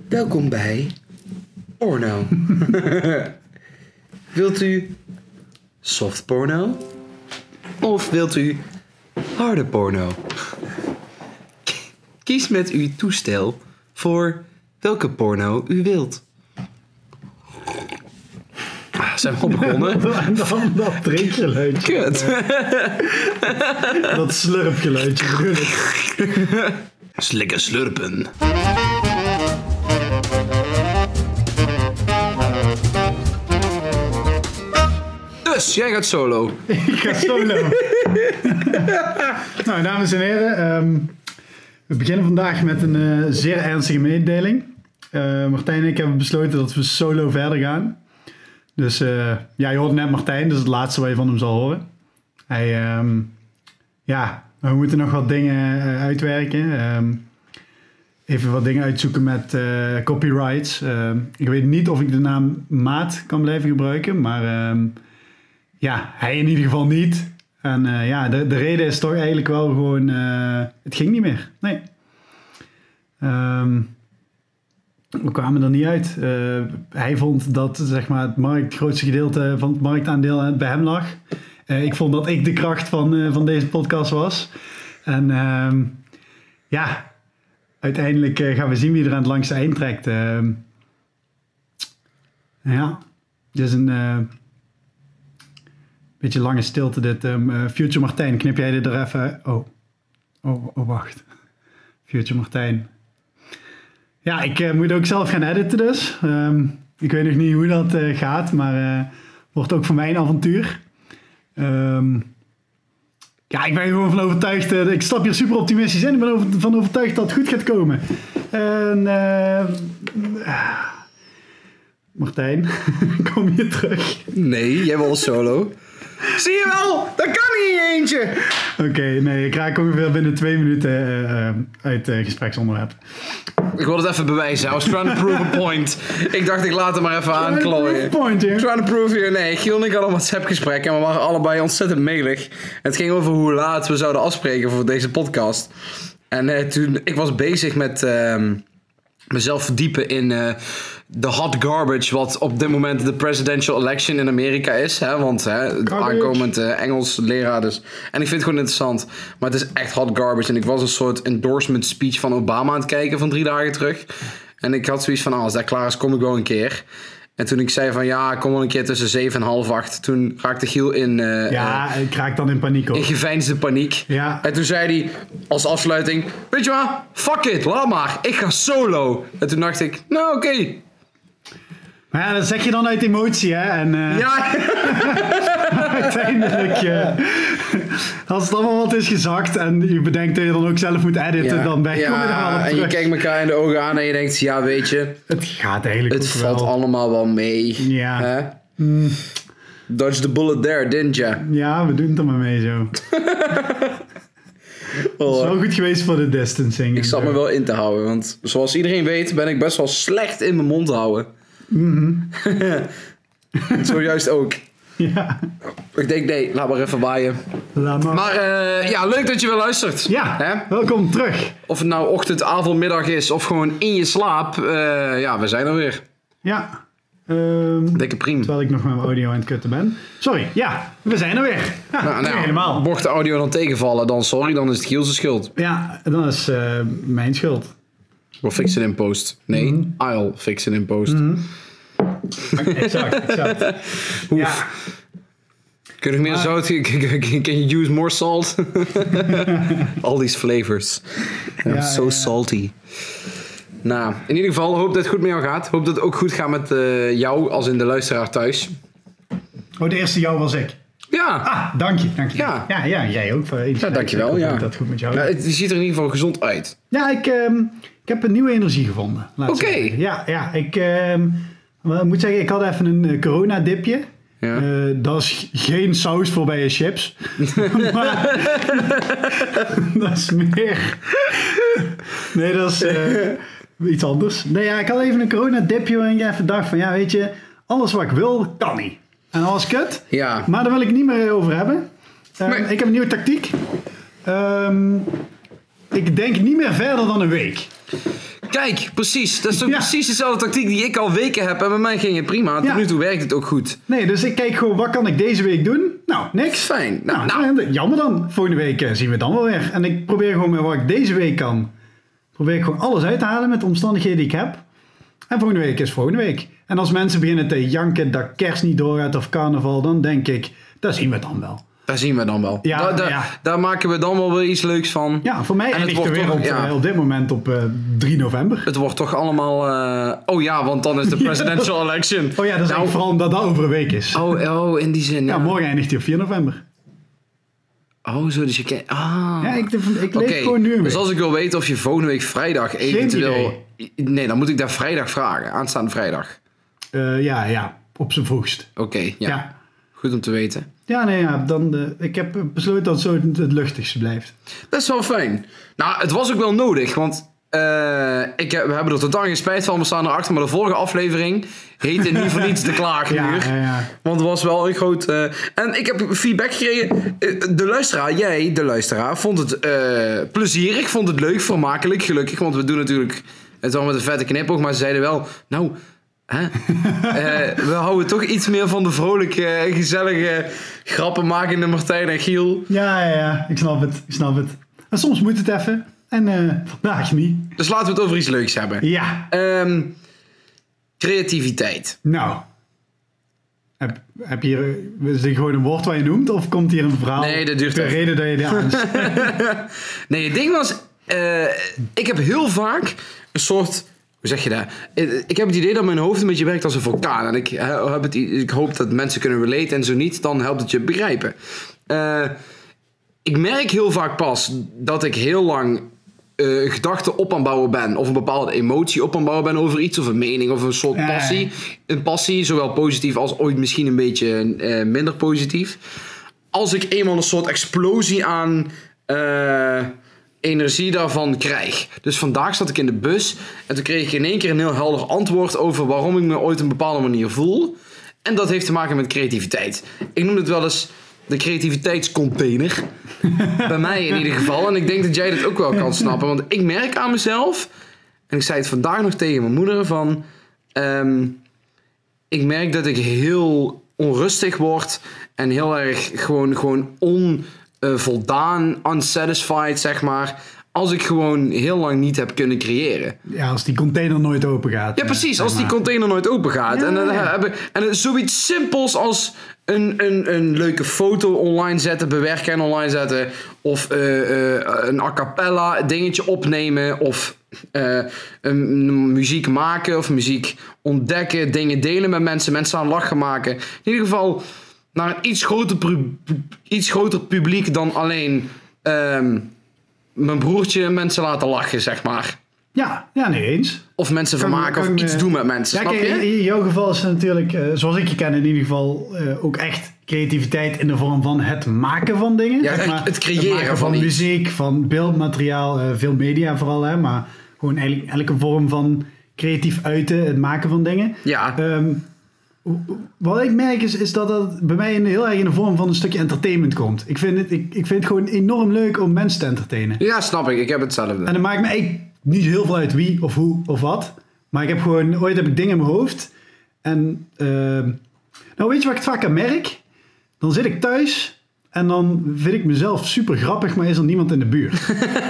Welkom bij porno. Wilt u soft porno? Of wilt u harde porno? Kies met uw toestel voor welke porno u wilt. Zijn we al begonnen? Dat drinkgeluidje. Kut. Dat slurpgeluidje bedoel ik. Slikken slurpen. Dus, jij gaat solo. Ik ga solo. Nou, dames en heren. We beginnen vandaag met een zeer ernstige mededeling. Martijn en ik hebben besloten dat we solo verder gaan. Dus ja, je hoort net Martijn. Dat is het laatste wat je van hem zal horen. We moeten nog wat dingen uitwerken. Even wat dingen uitzoeken met copyrights. Ik weet niet of ik de naam Maat kan blijven gebruiken. Maar hij in ieder geval niet. En de reden is toch eigenlijk wel gewoon... het ging niet meer. Nee. We kwamen er niet uit. Hij vond dat zeg maar, het grootste gedeelte van het marktaandeel bij hem lag. Ik vond dat ik de kracht van deze podcast was. En uiteindelijk gaan we zien wie er aan het langste eind trekt. Dit is een beetje lange stilte dit. Future Martijn, knip jij dit er even... Oh, wacht. Future Martijn. Ja, ik moet ook zelf gaan editen dus. Ik weet nog niet hoe dat gaat, maar wordt ook voor mij een avontuur. Ik ben gewoon van overtuigd. Ik stap hier super optimistisch in. Ik ben van overtuigd dat het goed gaat komen. Martijn, kom je terug? Nee, jij wil solo. Zie je wel, dat kan niet in je eentje. Oké, nee, ik raak ongeveer binnen 2 minuten uit gespreksonderwerp. Ik wil het even bewijzen. I was trying to prove a point. Ik dacht, ik laat het maar even aanklooien. Trying to prove here. Nee, Giel en ik hadden een WhatsApp-gesprek en we waren allebei ontzettend melig. Het ging over hoe laat we zouden afspreken voor deze podcast. En toen, ik was bezig met mezelf verdiepen in de hot garbage wat op dit moment de presidential election in Amerika is. Hè? Want aankomend Engels leraar dus. En ik vind het gewoon interessant. Maar het is echt hot garbage. En ik was een soort endorsement speech van Obama aan het kijken van 3 dagen terug. En ik had zoiets van, als dat klaar is, kom ik wel een keer. En toen ik zei van, ik kom wel een keer tussen 7 en half 8. Toen raakte Giel in... ik raak dan in paniek, hoor. In geveinsde paniek. Ja. En toen zei hij als afsluiting... Weet je wat? Fuck it, laat maar. Ik ga solo. En toen dacht ik, nou oké. Maar ja, dat zeg je dan uit emotie, hè? En, uiteindelijk, als het allemaal wat is gezakt en je bedenkt dat je dan ook zelf moet editen, dan kom je er wel op terug. En je kijkt elkaar in de ogen aan en je denkt, weet je... Het gaat eigenlijk het valt allemaal wel mee. Ja. Hè? Dodge the bullet there, didn't you? Ja, we doen het er maar mee zo. Het is wel goed geweest voor de distancing. Ik zat me wel in te houden, want zoals iedereen weet ben ik best wel slecht in mijn mond houden. Zojuist ook. Ja. Ik denk, nee, laat maar even waaien. Maar leuk dat je weer luistert. Ja, hè? Welkom terug. Of het nou ochtend, avond, middag is of gewoon in je slaap. We zijn er weer. Ja. Dikke priem. Terwijl ik nog met mijn audio aan het kutten ben. Sorry, we zijn er weer. Ja, helemaal. Mocht de audio dan tegenvallen, dan is het Giel's schuld. Ja, dan is mijn schuld. We'll fix it in post. Nee, I'll fix it in post. Exact. Ja. Kun je nog meer zout? Can you use more salt? All these flavors. I'm so salty. Nou, in ieder geval, hoop dat het goed met jou gaat. Hoop dat het ook goed gaat met jou, als in de luisteraar thuis. Oh, de eerste jou was ik. Ja. Dank je. Ja, jij ook. Dankjewel. Ja. Dat goed met jou. Het ziet er in ieder geval gezond uit. Ja, ik heb een nieuwe energie gevonden. Oké. Ja, ik moet zeggen, ik had even een coronadipje. Ja. Dat is geen saus voor bij je chips. Maar dat is meer... Nee, dat is iets anders. Nee, ik had even een coronadipje waarin ik even dacht van... weet je, alles wat ik wil, kan niet. En alles kut. Ja. Maar daar wil ik niet meer over hebben. Ik heb een nieuwe tactiek. Ik denk niet meer verder dan een week. Kijk, precies. Dat is toch precies dezelfde tactiek die ik al weken heb. En bij mij ging het prima. Tot nu toe werkt het ook goed. Nee, dus ik kijk gewoon, wat kan ik deze week doen? Nou, niks. Fijn. Jammer dan. Volgende week zien we het dan wel weer. En ik probeer gewoon met wat ik deze week kan. Probeer ik gewoon alles uit te halen met de omstandigheden die ik heb. En volgende week is volgende week. En als mensen beginnen te janken dat kerst niet doorgaat of carnaval, dan denk ik, dat zien we dan wel. Daar zien we dan wel. Daar maken we dan wel weer iets leuks van. Ja, voor mij eindigt de wereld op dit moment op 3 november. Het wordt toch allemaal... want dan is de presidential election. Oh ja, dat is vooral omdat dat over een week is. Oh, in die zin. Ja, morgen eindigt hij op 4 november. Oh, zo, dus je kent... Ja, ik leef gewoon nu een week. Dus als ik wil weten of je volgende week vrijdag eventueel... Nee, dan moet ik daar vrijdag vragen. Aanstaande vrijdag. Op zijn vroegst. Oké, ja. Goed om te weten. Ja, ik heb besloten dat het zo het luchtigste blijft. Dat is wel fijn. Nou, het was ook wel nodig, want we hebben er totaal geen spijt van. We staan erachter, maar de vorige aflevering heette niet voor niets de Klaaguur. Ja. Want het was wel een groot... en ik heb feedback gekregen. De luisteraar, vond het plezierig, vond het leuk, vermakelijk, gelukkig. Want we doen natuurlijk het wel met een vette knipoog, maar ze zeiden wel... Nou... we houden toch iets meer van de vrolijke, gezellige, grappenmakende Martijn en Giel. Ja, ik snap het. En soms moet het even. En vandaag niet. Dus laten we het over iets leuks hebben. Ja. Creativiteit. Nou. Heb je is dit gewoon een woord wat je noemt? Of komt hier een verhaal? Nee, dat duurt de reden dat je dit aan... Nee, het ding was... ik heb heel vaak een soort... Hoe zeg je dat? Ik heb het idee dat mijn hoofd een beetje werkt als een vulkaan. En ik hoop dat mensen kunnen relaten. En zo niet, dan helpt het je begrijpen. Ik merk heel vaak pas dat ik heel lang gedachten op aan het bouwen ben. Of een bepaalde emotie op aan het bouwen ben over iets. Of een mening of een soort passie. Een passie, zowel positief als ooit misschien een beetje minder positief. Als ik eenmaal een soort explosie aan... energie daarvan krijg. Dus vandaag zat ik in de bus en toen kreeg ik in één keer een heel helder antwoord over waarom ik me ooit op een bepaalde manier voel. En dat heeft te maken met creativiteit. Ik noem het wel eens de creativiteitscontainer. Bij mij in ieder geval. En ik denk dat jij dit ook wel kan snappen. Want ik merk aan mezelf, en ik zei het vandaag nog tegen mijn moeder, van ik merk dat ik heel onrustig word en heel erg gewoon voldaan, unsatisfied, zeg maar. Als ik gewoon heel lang niet heb kunnen creëren. Ja, als die container nooit open gaat. Ja, precies. Als die container nooit open gaat. En zoiets simpels als een leuke foto online zetten, bewerken en online zetten. Of een a cappella dingetje opnemen. Of muziek maken of muziek ontdekken. Dingen delen met mensen. Mensen aan lachen maken. In ieder geval... naar een iets groter publiek dan alleen mijn broertje mensen laten lachen, zeg maar. Ja, nee eens. Of mensen vermaken of iets doen met mensen, snap je? In jouw geval is het natuurlijk, zoals ik je ken in ieder geval, ook echt creativiteit in de vorm van het maken van dingen. Ja, maar, het creëren het maken van iets. Muziek, van beeldmateriaal, veel media vooral, hè, maar gewoon eigenlijk elke vorm van creatief uiten, het maken van dingen. Ja. Wat ik merk is dat dat bij mij heel erg in de vorm van een stukje entertainment komt. Ik vind het gewoon enorm leuk om mensen te entertainen. Ja, snap ik. Ik heb hetzelfde. En dan maakt me eigenlijk niet heel veel uit wie of hoe of wat. Maar ik heb ooit heb ik dingen in mijn hoofd. En nou, weet je wat ik het vaak aan merk? Dan zit ik thuis en dan vind ik mezelf super grappig, maar is er niemand in de buurt.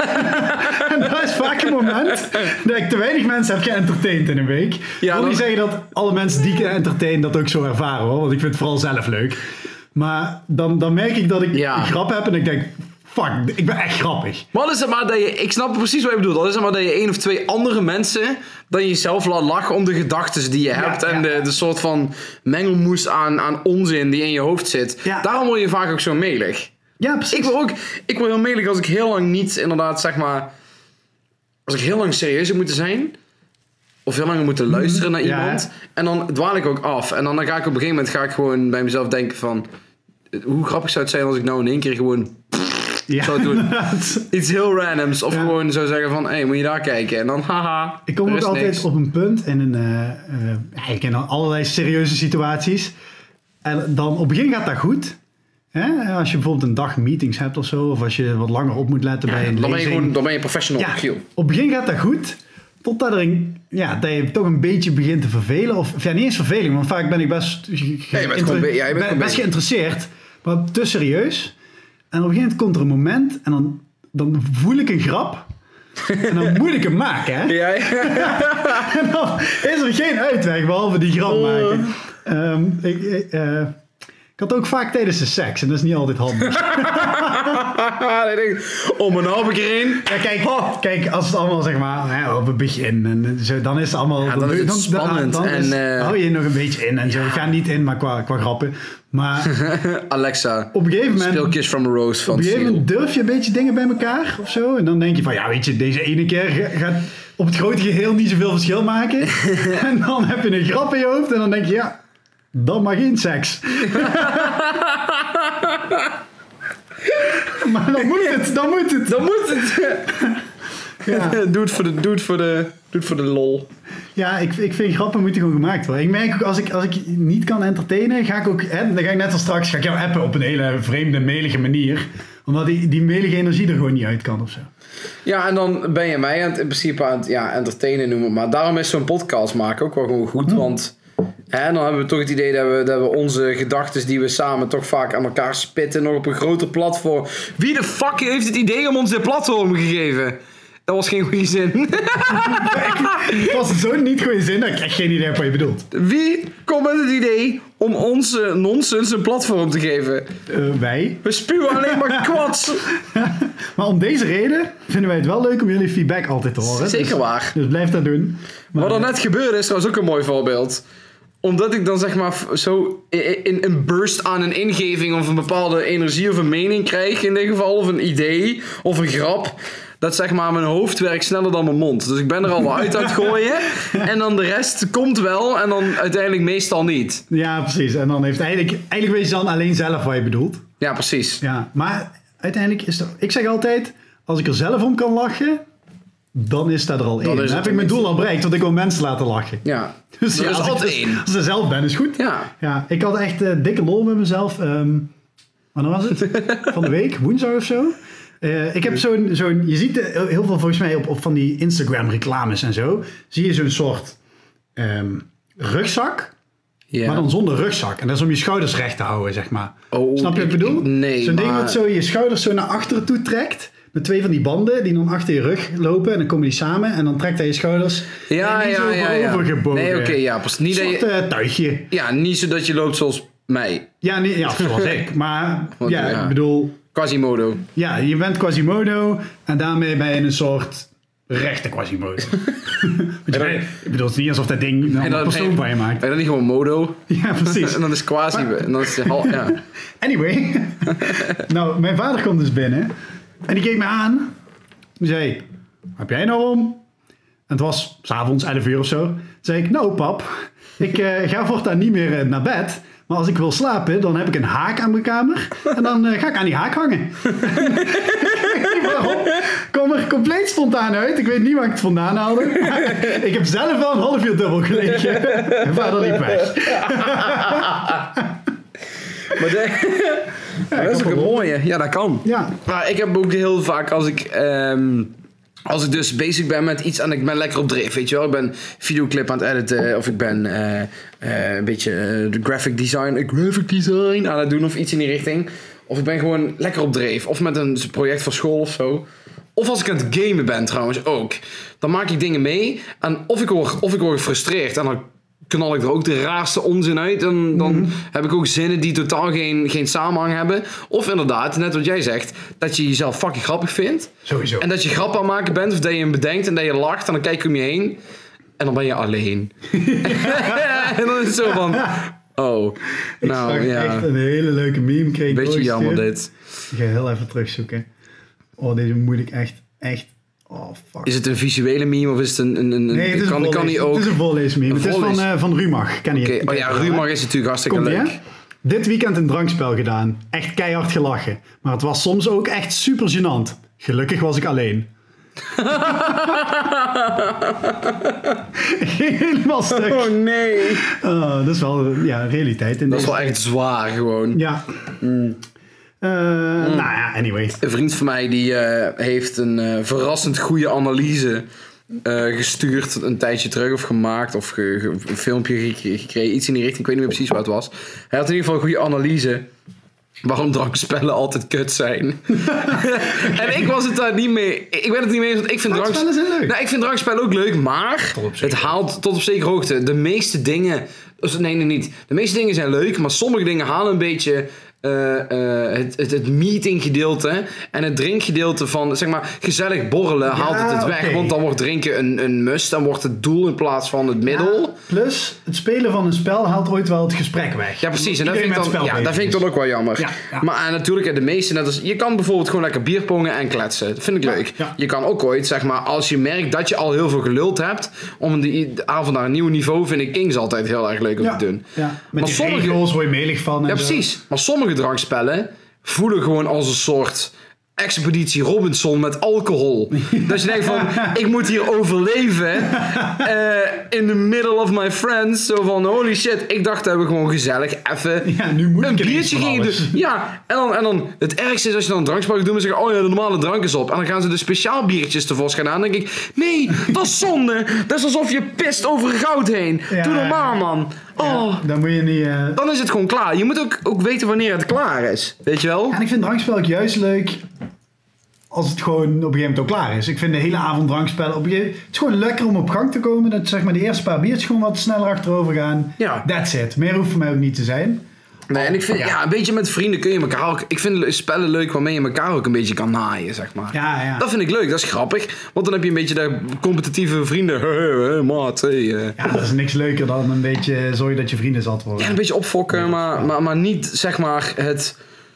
En dat is vaak een moment dat ik te weinig mensen heb geëntertained in een week. Ja, ik wil niet zeggen dat alle mensen die ik entertain dat ook zo ervaren, hoor. Want ik vind het vooral zelf leuk. Maar dan merk ik dat ik een grap heb en ik denk... Fuck, ik ben echt grappig. Wat is het maar dat je... Ik snap precies wat je bedoelt. Dat is het maar dat je 1 of 2 andere mensen... dan jezelf laat lachen om de gedachten die je hebt. En de soort van mengelmoes aan onzin die in je hoofd zit. Ja. Daarom word je vaak ook zo melig. Ja, precies. Ik word heel melig als ik heel lang niet inderdaad, zeg maar... Als ik heel lang serieus heb moeten zijn... Of heel lang heb moeten luisteren naar iemand... En dan dwaal ik ook af. En dan ga ik op een gegeven moment gewoon bij mezelf denken van... Hoe grappig zou het zijn als ik nou in één keer gewoon... zou doen. Iets heel randoms. Of gewoon zou zeggen van... Hé, moet je daar kijken? En dan haha. Ik kom ook altijd op een punt in ik ken allerlei serieuze situaties. En dan op het begin gaat dat goed. Hè? Als je bijvoorbeeld een dag meetings hebt of zo. Of als je wat langer op moet letten bij een lezing. Dan ben je professional. Ja, op het begin gaat dat goed. Totdat dat je toch een beetje begint te vervelen. Of ja, niet eens verveling, want vaak ben ik best geïnteresseerd. Maar te serieus. En op een gegeven moment komt er een moment en dan voel ik een grap. En dan moet ik hem maken, hè? Ja. En dan is er geen uitweg behalve die grap maken. Ik had ook vaak tijdens de seks en dat is niet altijd handig. Een half keer in. Ja, kijk, als het allemaal zeg maar op het begin en zo, dan is het allemaal... Ja, dan is het spannend. Hou je nog een beetje in en zo. Ik ga niet in, maar qua grappen. Maar Alexa, op een gegeven moment, speel Kiss from a Rose van op een gegeven moment durf je een beetje dingen bij elkaar of zo. En dan denk je van, ja weet je, deze ene keer gaat op het grote geheel niet zoveel verschil maken. En dan heb je een grap in je hoofd en dan denk je, ja, dan maar geen seks. Maar dan moet het. Ja. Doe het voor de lol. Ja, ik vind grappen moeten gewoon gemaakt worden. Ik merk ook, als ik niet kan entertainen, ga ik ook... dan ga ik net als straks, ga ik jou appen op een hele vreemde, melige manier. Omdat die melige energie er gewoon niet uit kan of zo. Ja, en dan ben je mij in principe aan het entertainen noemen. Maar daarom is zo'n podcast maken ook wel gewoon goed. Want dan hebben we toch het idee dat we onze gedachten die we samen toch vaak aan elkaar spitten, nog op een groter platform. Wie de fuck heeft het idee om ons dit platform gegeven? Dat was geen goede zin. Het was zo niet goede zin dat ik echt geen idee heb wat je bedoelt. Wie komt met het idee om onze nonsens een platform te geven? Wij. We spuwen alleen maar kwats. Maar om deze reden vinden wij het wel leuk om jullie feedback altijd te horen. Zeker waar. Dus blijf dat doen. Maar wat er net gebeurde is trouwens ook een mooi voorbeeld. Omdat ik dan zeg maar zo in een burst aan een ingeving of een bepaalde energie of een mening krijg in dit geval. Of een idee of een grap. Dat zeg maar mijn hoofd werkt sneller dan mijn mond. Dus ik ben er al wel uit aan het gooien. En dan de rest komt wel en dan uiteindelijk meestal niet. Ja, precies. En dan heeft eigenlijk weet je dan alleen zelf wat je bedoelt. Ja, precies. Ja, maar uiteindelijk is het... Ik zeg altijd, als ik er zelf om kan lachen, dan is dat er al één. Dan heb ik mijn doel al bereikt, want ik wil mensen laten lachen. Ja, dus dat is altijd één. Als ik er zelf ben, is goed. Ja, ik had echt dikke lol met mezelf. Wanneer was het? Van de week, woensdag of zo. Ik heb zo'n je ziet heel veel volgens mij op van die Instagram reclames en zo. Zie je zo'n soort rugzak, maar dan zonder rugzak. En dat is om je schouders recht te houden, zeg maar. Snap je wat ik bedoel? Nee, zo'n ding wat zo je schouders zo naar achteren toe trekt. Met 2 van die banden die dan achter je rug lopen. En dan komen die samen. En dan trekt hij je schouders. Ja. Overgebogen. Nee, oké, pas niet een soort tuigje. Ja, niet zodat je loopt zoals mij. Ja, zoals ik. Maar ik bedoel... Quasimodo. Ja, je bent Quasimodo en daarmee ben je een soort rechte Quasimodo. Ik bedoel, het is niet alsof dat ding een persoon van je maakt. Ben je dan niet gewoon Modo? Ja, precies. En dan is Quasi. En dan is ja. Anyway. Nou, mijn vader komt dus binnen en die keek me aan. Die zei, wat heb jij nou om? En het was 's avonds 11 uur of zo. Toen zei ik, nou pap, ik ga voortaan niet meer naar bed. Maar als ik wil slapen, dan heb ik een haak aan mijn kamer. En dan ga ik aan die haak hangen. Waarom? Kom er compleet spontaan uit. Ik weet niet waar ik het vandaan haalde. Ik heb zelf wel een half uur dubbel gelegen. En vader liep weg. Maar dat is ook een mooie. Ja, dat kan. Ja. Maar ik heb ook heel vaak als ik dus bezig ben met iets en ik ben lekker op dreef, weet je wel. Ik ben videoclip aan het editen of ik ben een beetje graphic design aan het doen of iets in die richting. Of ik ben gewoon lekker op dreef. Of met een project voor school of zo. Of als ik aan het gamen ben trouwens ook. Dan maak ik dingen mee en of ik word gefrustreerd en dan knal ik er ook de raarste onzin uit. En dan heb ik ook zinnen die totaal geen samenhang hebben. Of inderdaad, net wat jij zegt, dat je jezelf fucking grappig vindt. Sowieso. En dat je grap aan het maken bent, of dat je hem bedenkt en dat je lacht. En dan kijk je om je heen. En dan ben je alleen. En dan is het zo van... Oh, nou ik zag echt een hele leuke meme. Kreeg beetje jammer dit. Ik ga heel even terugzoeken. Oh, deze moet ik echt... Oh, fuck. Is het een visuele meme of is het een nee, het is het is een voorleesmeme. Het is van Rumach. Ken je het? Oh ja, Rumach is natuurlijk hartstikke leuk. Hè? Dit weekend een drankspel gedaan. Echt keihard gelachen. Maar het was soms ook echt super gênant. Gelukkig was ik alleen. Helemaal stuk. Oh nee. Dat is wel realiteit. Dat is wel echt zwaar gewoon. Ja. Nou ja, anyway. Een vriend van mij die heeft een verrassend goede analyse gestuurd een tijdje terug of gemaakt of een filmpje gekregen. Iets in die richting, ik weet niet meer precies wat het was. Hij had in ieder geval een goede analyse waarom drankspellen altijd kut zijn. En ik was het daar niet mee. Ik ben het niet mee eens, want ik vind drankspellen zijn leuk. Nou, ik vind drankspellen ook leuk, maar het haalt tot op zekere hoogte. De meeste dingen... Nee, niet. De meeste dingen zijn leuk, maar sommige dingen halen een beetje... het meeting gedeelte en het drinkgedeelte van, zeg maar, gezellig borrelen haalt het weg. Want dan wordt drinken een must. Dan wordt het doel in plaats van het middel. Ja, plus, het spelen van een spel haalt ooit wel het gesprek weg. Ja, precies. En dat vind ik dan ook wel jammer. Ja. Maar natuurlijk, de meeste, net als, je kan bijvoorbeeld gewoon lekker bierpongen en kletsen. Dat vind ik leuk. Ja. Je kan ook ooit, zeg maar, als je merkt dat je al heel veel geluld hebt, om de avond naar een nieuw niveau, vind ik Kings altijd heel erg leuk om te doen. Ja. Met die regels word je melig van. Ja, precies. Maar sommige drankspellen voelen gewoon als een soort Expeditie Robinson met alcohol. Dat je denkt van, ik moet hier overleven in the middle of my friends. Zo van, holy shit, ik dacht dat we gewoon gezellig even een biertje gingen doen. Ja, en dan het ergste is als je dan een drankspel gaat doen en zeggen, oh ja, de normale drank is op. En dan gaan ze de speciaal biertjes tevoorschijn aan. Dan denk ik, nee, dat is zonde. Dat is alsof je pist over goud heen. Doe normaal, man. Oh. Ja, dan moet je niet... Dan is het gewoon klaar. Je moet ook weten wanneer het klaar is. Weet je wel? Ja, en ik vind drankspel ook juist leuk als het gewoon op een gegeven moment ook klaar is. Ik vind de hele avond drankspellen het is gewoon lekker om op gang te komen. Dat zeg maar de eerste paar biertjes gewoon wat sneller achterover gaan. Ja. That's it. Meer hoeft voor mij ook niet te zijn. Nee, en ik vind, een beetje met vrienden kun je elkaar ook... Ik vind spellen leuk waarmee je elkaar ook een beetje kan naaien, zeg maar. Ja. Dat vind ik leuk, dat is grappig. Want dan heb je een beetje de competitieve vrienden. Maat, Ja, dat is niks leuker dan een beetje zorgen dat je vrienden zat worden. Ja, een beetje opfokken, maar niet, zeg maar, het...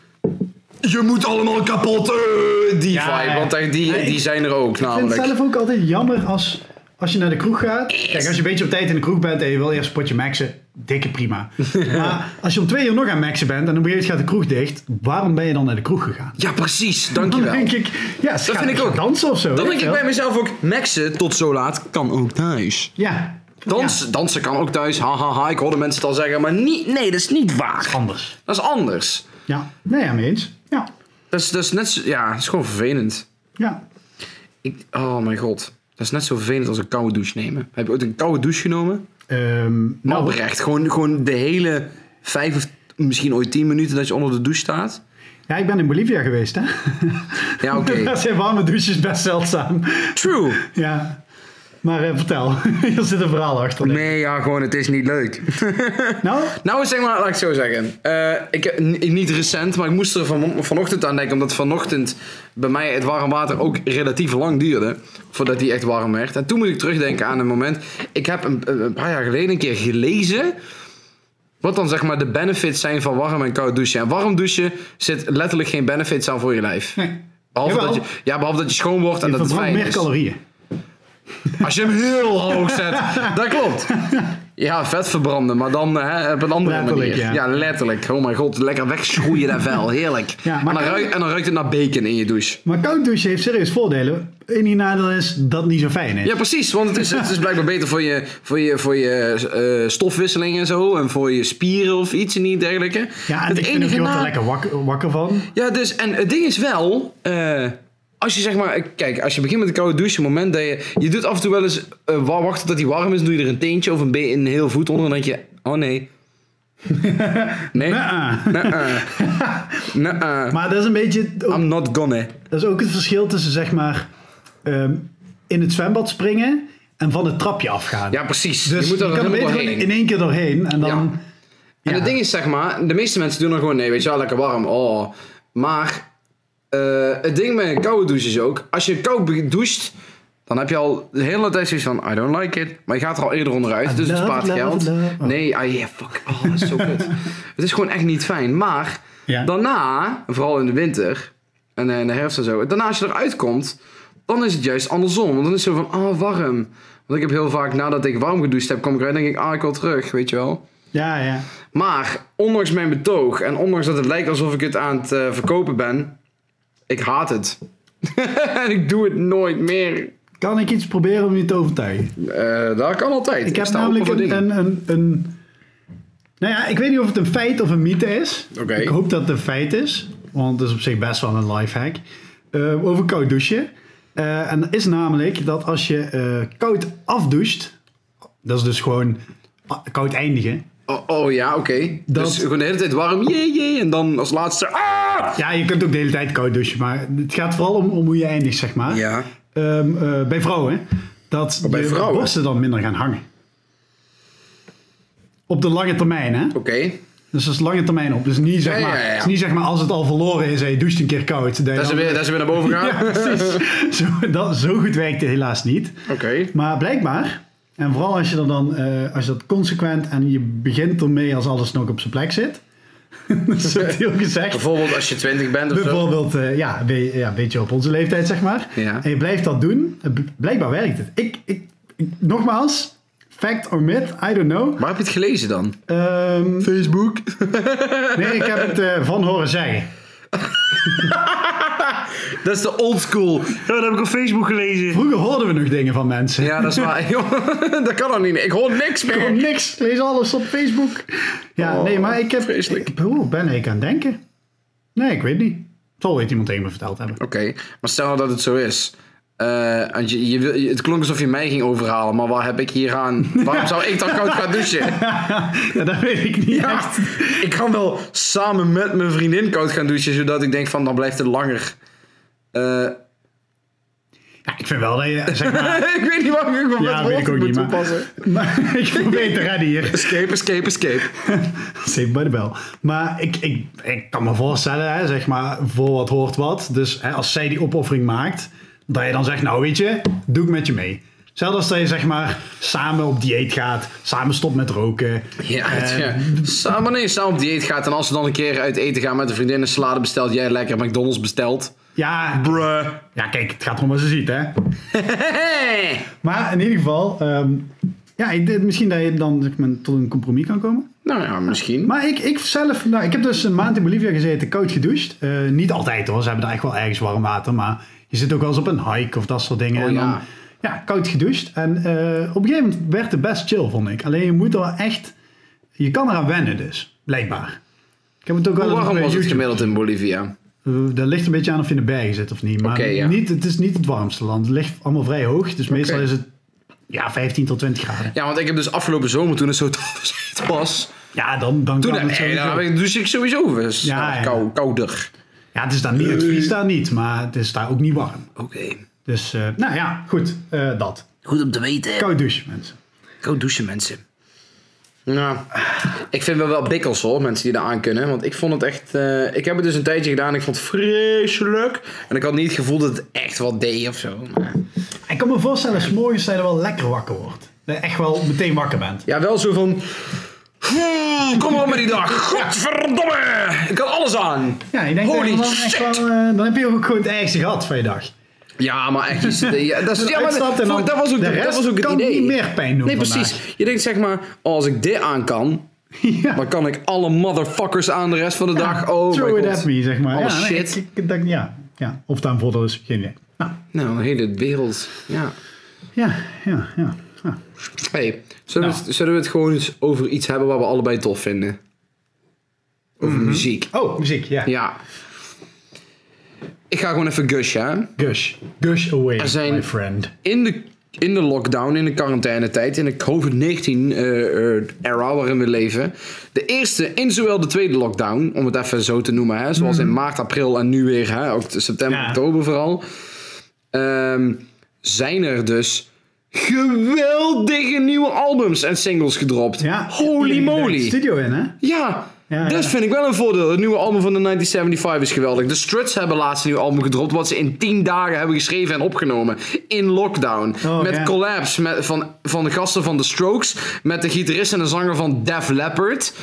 Je moet allemaal kapot, die vibe. Want die zijn er ook, namelijk. Ik vind het zelf ook altijd jammer als je naar de kroeg gaat. Kijk, als je een beetje op tijd in de kroeg bent en je wil eerst een potje maxen, dikke prima. Maar als je om 2 uur nog aan maxen bent en op een gegeven moment gaat de kroeg dicht, waarom ben je dan naar de kroeg gegaan? Ja, precies. Dankjewel. Dan denk ik, dat vind ik ook. Dansen of zo. Dan denk ik bij mezelf ook, maxen tot zo laat kan ook thuis. Ja. Dansen kan ook thuis. Hahaha, ik hoorde mensen het al zeggen, maar dat is niet waar. Dat is anders. Dat is anders. Ja, nee, mee eens. Ja. Dat is net zo, ja, dat is gewoon vervelend. Ja. Oh mijn god. Dat is net zo vervelend als een koude douche nemen. Heb je ooit een koude douche genomen? Nou, oprecht. Gewoon de hele 5 of misschien ooit 10 minuten dat je onder de douche staat. Ja, ik ben in Bolivia geweest, hè? Ja, oké. Daar zijn warme douches best zeldzaam. True. Ja. Maar vertel, er zit een verhaal achter. Nee, ja, gewoon het is niet leuk. Nou, zeg maar, laat ik het zo zeggen. Niet recent, maar ik moest er vanochtend aan denken. Omdat vanochtend bij mij het warm water ook relatief lang duurde. Voordat die echt warm werd. En toen moet ik terugdenken aan een moment. Ik heb een paar jaar geleden een keer gelezen wat dan zeg maar de benefits zijn van warm en koud douchen. En warm douchen zit letterlijk geen benefits aan voor je lijf. Nee. Behalve dat je schoon wordt en dat het fijn is. Meer calorieën. Als je hem heel hoog zet, dat klopt. Ja, vet verbranden, maar dan op een andere manier. Ja, letterlijk. Oh mijn god, lekker wegschroeien dat vel. Heerlijk. Ja, en dan ruikt het naar bacon in je douche. Maar koud douchen heeft serieus voordelen. Eén nadeel is dat het niet zo fijn is. Ja, precies. Want het is blijkbaar beter voor je stofwisseling en zo. En voor je spieren of iets en niet dergelijke. Ja, en ik vind je wordt er lekker wakker van. Ja, dus, en het ding is wel... Als je zeg maar, kijk, als je begint met een koude douche, op het moment dat je doet af en toe wel eens wachten tot hij warm is, doe je er een teentje of een heel voet onder en dan denk je, oh nee. Nee? Maar dat is een beetje... I'm not gonna. Dat is ook het verschil tussen zeg maar in het zwembad springen en van het trapje afgaan. Ja, precies. Dus je kan er beter in 1 keer doorheen en dan... Ja. En het ding is zeg maar, de meeste mensen doen dan gewoon, nee, weet je wel, lekker warm. Oh. Maar... het ding met een koude douche is ook, als je koud doucht, dan heb je al de hele tijd zoiets van, I don't like it. Maar je gaat er al eerder onderuit, dus het spaart geld. Nee, fuck. Oh, dat is zo kut. Het is gewoon echt niet fijn. Maar daarna, vooral in de winter en in de herfst en zo, daarna als je eruit komt, dan is het juist andersom. Want dan is het zo van, warm. Want ik heb heel vaak, nadat ik warm gedoucht heb, kom ik eruit en denk ik, ik wil terug, weet je wel. Ja. Maar, ondanks mijn betoog en ondanks dat het lijkt alsof ik het aan het verkopen ben, ik haat het. En ik doe het nooit meer. Kan ik iets proberen om je te overtuigen? Dat kan altijd. Ik heb namelijk een... Nou ja, ik weet niet of het een feit of een mythe is. Okay. Ik hoop dat het een feit is. Want het is op zich best wel een lifehack. Over koud douchen. En dat is namelijk dat als je koud afdoucht, dat is dus gewoon koud eindigen. Oh ja, oké. Dus gewoon de hele tijd warm, jee, en dan als laatste... Ah! Ja, je kunt ook de hele tijd koud douchen, maar het gaat vooral om hoe je eindigt, zeg maar. Ja. Bij vrouwen, dat je borsten dan minder gaan hangen. Op de lange termijn, hè? Oké. Dus dat is lange termijn op. Dus niet zeg maar, Het is niet zeg maar als het al verloren is en je doucht een keer koud. Dat ze weer naar boven gaan? Ja, precies. Zo goed werkt het helaas niet. Oké. Maar blijkbaar, en vooral als je er dan, als je dat consequent en je begint ermee als alles nog op zijn plek zit. Subtiel gezegd. Bijvoorbeeld als je 20 bent of zo? Bijvoorbeeld, een beetje op onze leeftijd, zeg maar. Ja. En je blijft dat doen. Blijkbaar werkt het. Ik nogmaals, fact or myth, I don't know. Waar heb je het gelezen dan? Facebook. Nee, ik heb het van horen zeggen. Dat is de old school. Ja, dat heb ik op Facebook gelezen. Vroeger hoorden we nog dingen van mensen. Ja, dat is waar. Dat kan nog niet. Ik hoor niks meer. Ik hoor niks. Ik lees alles op Facebook. Ja, nee, maar ik heb... Vreselijk. Ben ik aan het denken? Nee, ik weet niet. Het zal ooit iemand tegen me verteld hebben. Oké, maar stel nou dat het zo is. Het klonk alsof je mij ging overhalen, maar waar heb ik hier aan? Waarom zou ik dan koud gaan douchen? Ja, dat weet ik niet echt. Ik kan wel samen met mijn vriendin koud gaan douchen, zodat ik denk van, dan blijft het langer. Ja, ik vind wel dat je, zeg maar... ik weet niet waarom ik me met woorden moet toepassen. Maar ik probeer te redden hier. Escape. Save by the bell. Maar ik kan me voorstellen, hè, zeg maar, voor wat hoort wat. Dus hè, als zij die opoffering maakt, dat je dan zegt, nou weet je, doe ik met je mee. Zelfs als je zeg maar samen op dieet gaat, samen stopt met roken. Samen op dieet gaat en als ze dan een keer uit eten gaan met een vriendin en salade bestelt, jij lekker McDonald's bestelt. Ja, bruh. Ja, kijk, het gaat erom wat ze ziet, hè. Maar in ieder geval, misschien dat je dan zeg maar, tot een compromis kan komen. Nou ja, misschien. Maar ik zelf, ik heb dus een maand in Bolivia gezeten, koud gedoucht. Niet altijd hoor, ze hebben daar echt wel ergens warm water, maar je zit ook wel eens op een hike of dat soort dingen. En dan, koud gedoucht. En op een gegeven moment werd het best chill, vond ik. Alleen je moet er echt, je kan eraan wennen dus, blijkbaar. Ik heb het ook wel eens waarom was het gemiddeld in Bolivia? Dat ligt een beetje aan of je in de bergen zit of niet. Maar het is niet het warmste land. Het ligt allemaal vrij hoog. Dus meestal is het 15 tot 20 graden. Ja, want ik heb dus afgelopen zomer toen het zo was. Ja, dan kan het sowieso. Dan douche ik sowieso kouder. Ja, het is daar niet, het vriest daar niet. Maar het is daar ook niet warm. Oké. Dus, goed. Dat. Goed om te weten. Koud douchen, mensen. Koud douchen, mensen. Nou, ik vind wel bikkels hoor, mensen die daar aan kunnen. Want ik vond het echt... ik heb het dus een tijdje gedaan. Ik vond het vreselijk. En ik had niet het gevoel dat het echt wat deed of zo. Maar... Ik kan me voorstellen, 's morgens dat je wel lekker wakker wordt. Dat je echt wel meteen wakker bent. Ja, wel zo van... Kom maar met die dag. Godverdomme. Ik had alles aan. Ja, ik denk Holy dat shit. echt wel, dan heb je ook gewoon het ergste gehad van je dag. Ja, maar echt. Dat was ook het kan idee. Niet meer pijn doen. Nee, precies. Je denkt zeg maar, als ik dit aan kan, dan kan ik alle motherfuckers aan de rest van de dag. Oh throw my it god. at me, zeg maar. Alle shit. Ja. Of dan voordeel is geen idee. Nou, de hele wereld. Ja. Ja. Hey, zullen we het gewoon eens over iets hebben waar we allebei tof vinden? Over muziek. Oh, muziek, ja. Ja. Ik ga gewoon even gushen. Gush away, Er zijn my friend. In de lockdown, in de quarantainetijd, in de COVID-19-era waarin we leven. De eerste en zowel de tweede lockdown, om het even zo te noemen. Hè, zoals in maart, april en nu weer, hè, ook september, oktober vooral. Zijn er dus geweldige nieuwe albums en singles gedropt. Ja, holy moly. Studio in, hè? Ja. Dat vind ik wel een voordeel. Het nieuwe album van de 1975 is geweldig. De Struts hebben laatst een nieuw album gedropt, wat ze in 10 dagen hebben geschreven en opgenomen. In lockdown. Met collabs van de gasten van The Strokes. Met de gitarist en de zanger van Def Leppard.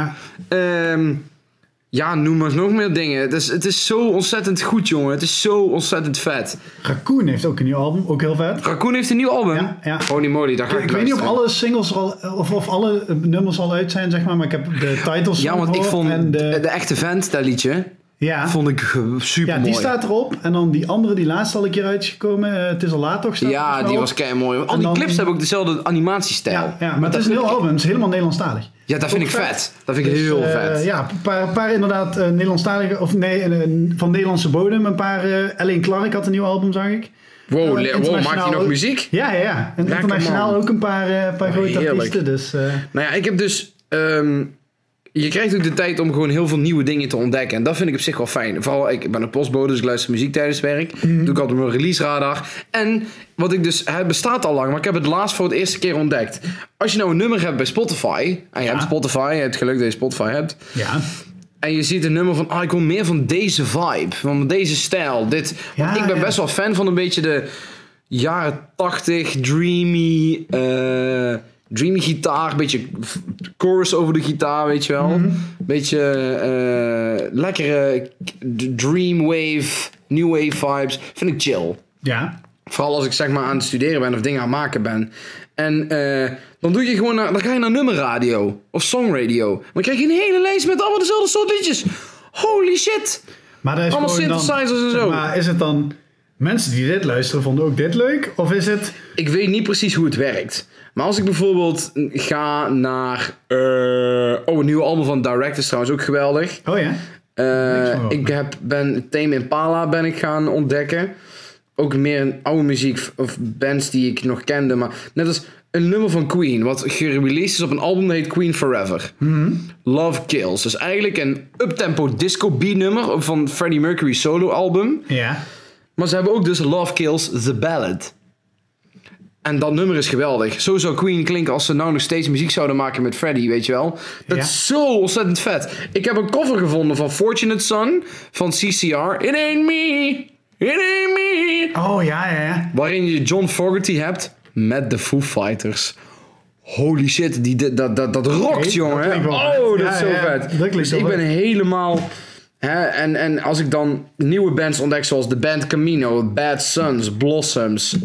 Ja. Noem maar nog meer dingen. Het is zo ontzettend goed, jongen. Het is zo ontzettend vet. Raccoon heeft ook een nieuw album, ook heel vet. Raccoon heeft een nieuw album? Ja. Holy moly, daar ga ik weet niet of alle singles of alle nummers al uit zijn, zeg maar ik heb de titles want ik vond de echte vent, dat liedje, vond ik super mooi. Ja, die staat erop. En dan die andere, die laatst al een keer uitgekomen. Het is al laat toch? Ja, die was kei mooi. Al die clips hebben ook dezelfde animatiestijl. Ja, maar het is een heel album. Het is helemaal Nederlandstalig. Ja, dat vind ik vet. Dat vind ik heel vet. Ja, een paar inderdaad Nederlandstalige, van Nederlandse bodem. Een paar, Alain Clark had een nieuw album, zag ik. Wow, maakt hij nog muziek? Ja. En internationaal ook een paar grote artiesten. Dus, Nou ja, ik heb dus... je krijgt ook de tijd om gewoon heel veel nieuwe dingen te ontdekken. En dat vind ik op zich wel fijn. Vooral, ik ben een postbode, dus ik luister muziek tijdens het werk. Doe ik altijd mijn release radar. En wat ik dus... Het bestaat al lang, maar ik heb het laatst voor het eerste keer ontdekt. Als je nou een nummer hebt bij Spotify... En je hebt Spotify, je hebt geluk dat je Spotify hebt. Ja. En je ziet een nummer van... ik wil meer van deze vibe. Van deze stijl. Want ik ben best wel fan van een beetje de... jaren 80, dreamy gitaar, een beetje chorus over de gitaar, weet je wel. Beetje lekkere dreamwave, new wave vibes. Vind ik chill. Ja. Vooral als ik zeg maar aan het studeren ben of dingen aan het maken ben. En dan doe je gewoon dan ga je naar nummerradio of songradio. Dan krijg je een hele lijst met allemaal dezelfde soort liedjes. Holy shit. Maar dat is allemaal synthesizers en zo. Maar is het dan... Mensen die dit luisteren vonden ook dit leuk? Of is het... Ik weet niet precies hoe het werkt. Maar als ik bijvoorbeeld ga naar... een nieuwe album van Direct is trouwens ook geweldig. Oh ja? Ben Tame Impala ben ik gaan ontdekken. Ook meer een oude muziek of bands die ik nog kende. Maar net als een nummer van Queen. Wat gereleased is op een album dat heet Queen Forever. Love Kills. Dus eigenlijk een uptempo disco beat nummer van Freddie Mercury solo album. Ja. Maar ze hebben ook dus Love Kills The Ballad. En dat nummer is geweldig. Zo zou Queen klinken als ze nou nog steeds muziek zouden maken met Freddie, weet je wel. Dat is zo ontzettend vet. Ik heb een cover gevonden van Fortunate Son van CCR. It ain't me, it ain't me. Oh ja. Waarin je John Fogerty hebt met de Foo Fighters. Holy shit, dat rokt, jongen. Dat is zo vet. Dus ik ben helemaal... En als ik dan nieuwe bands ontdek, zoals de band Camino, Bad Sons, Blossoms,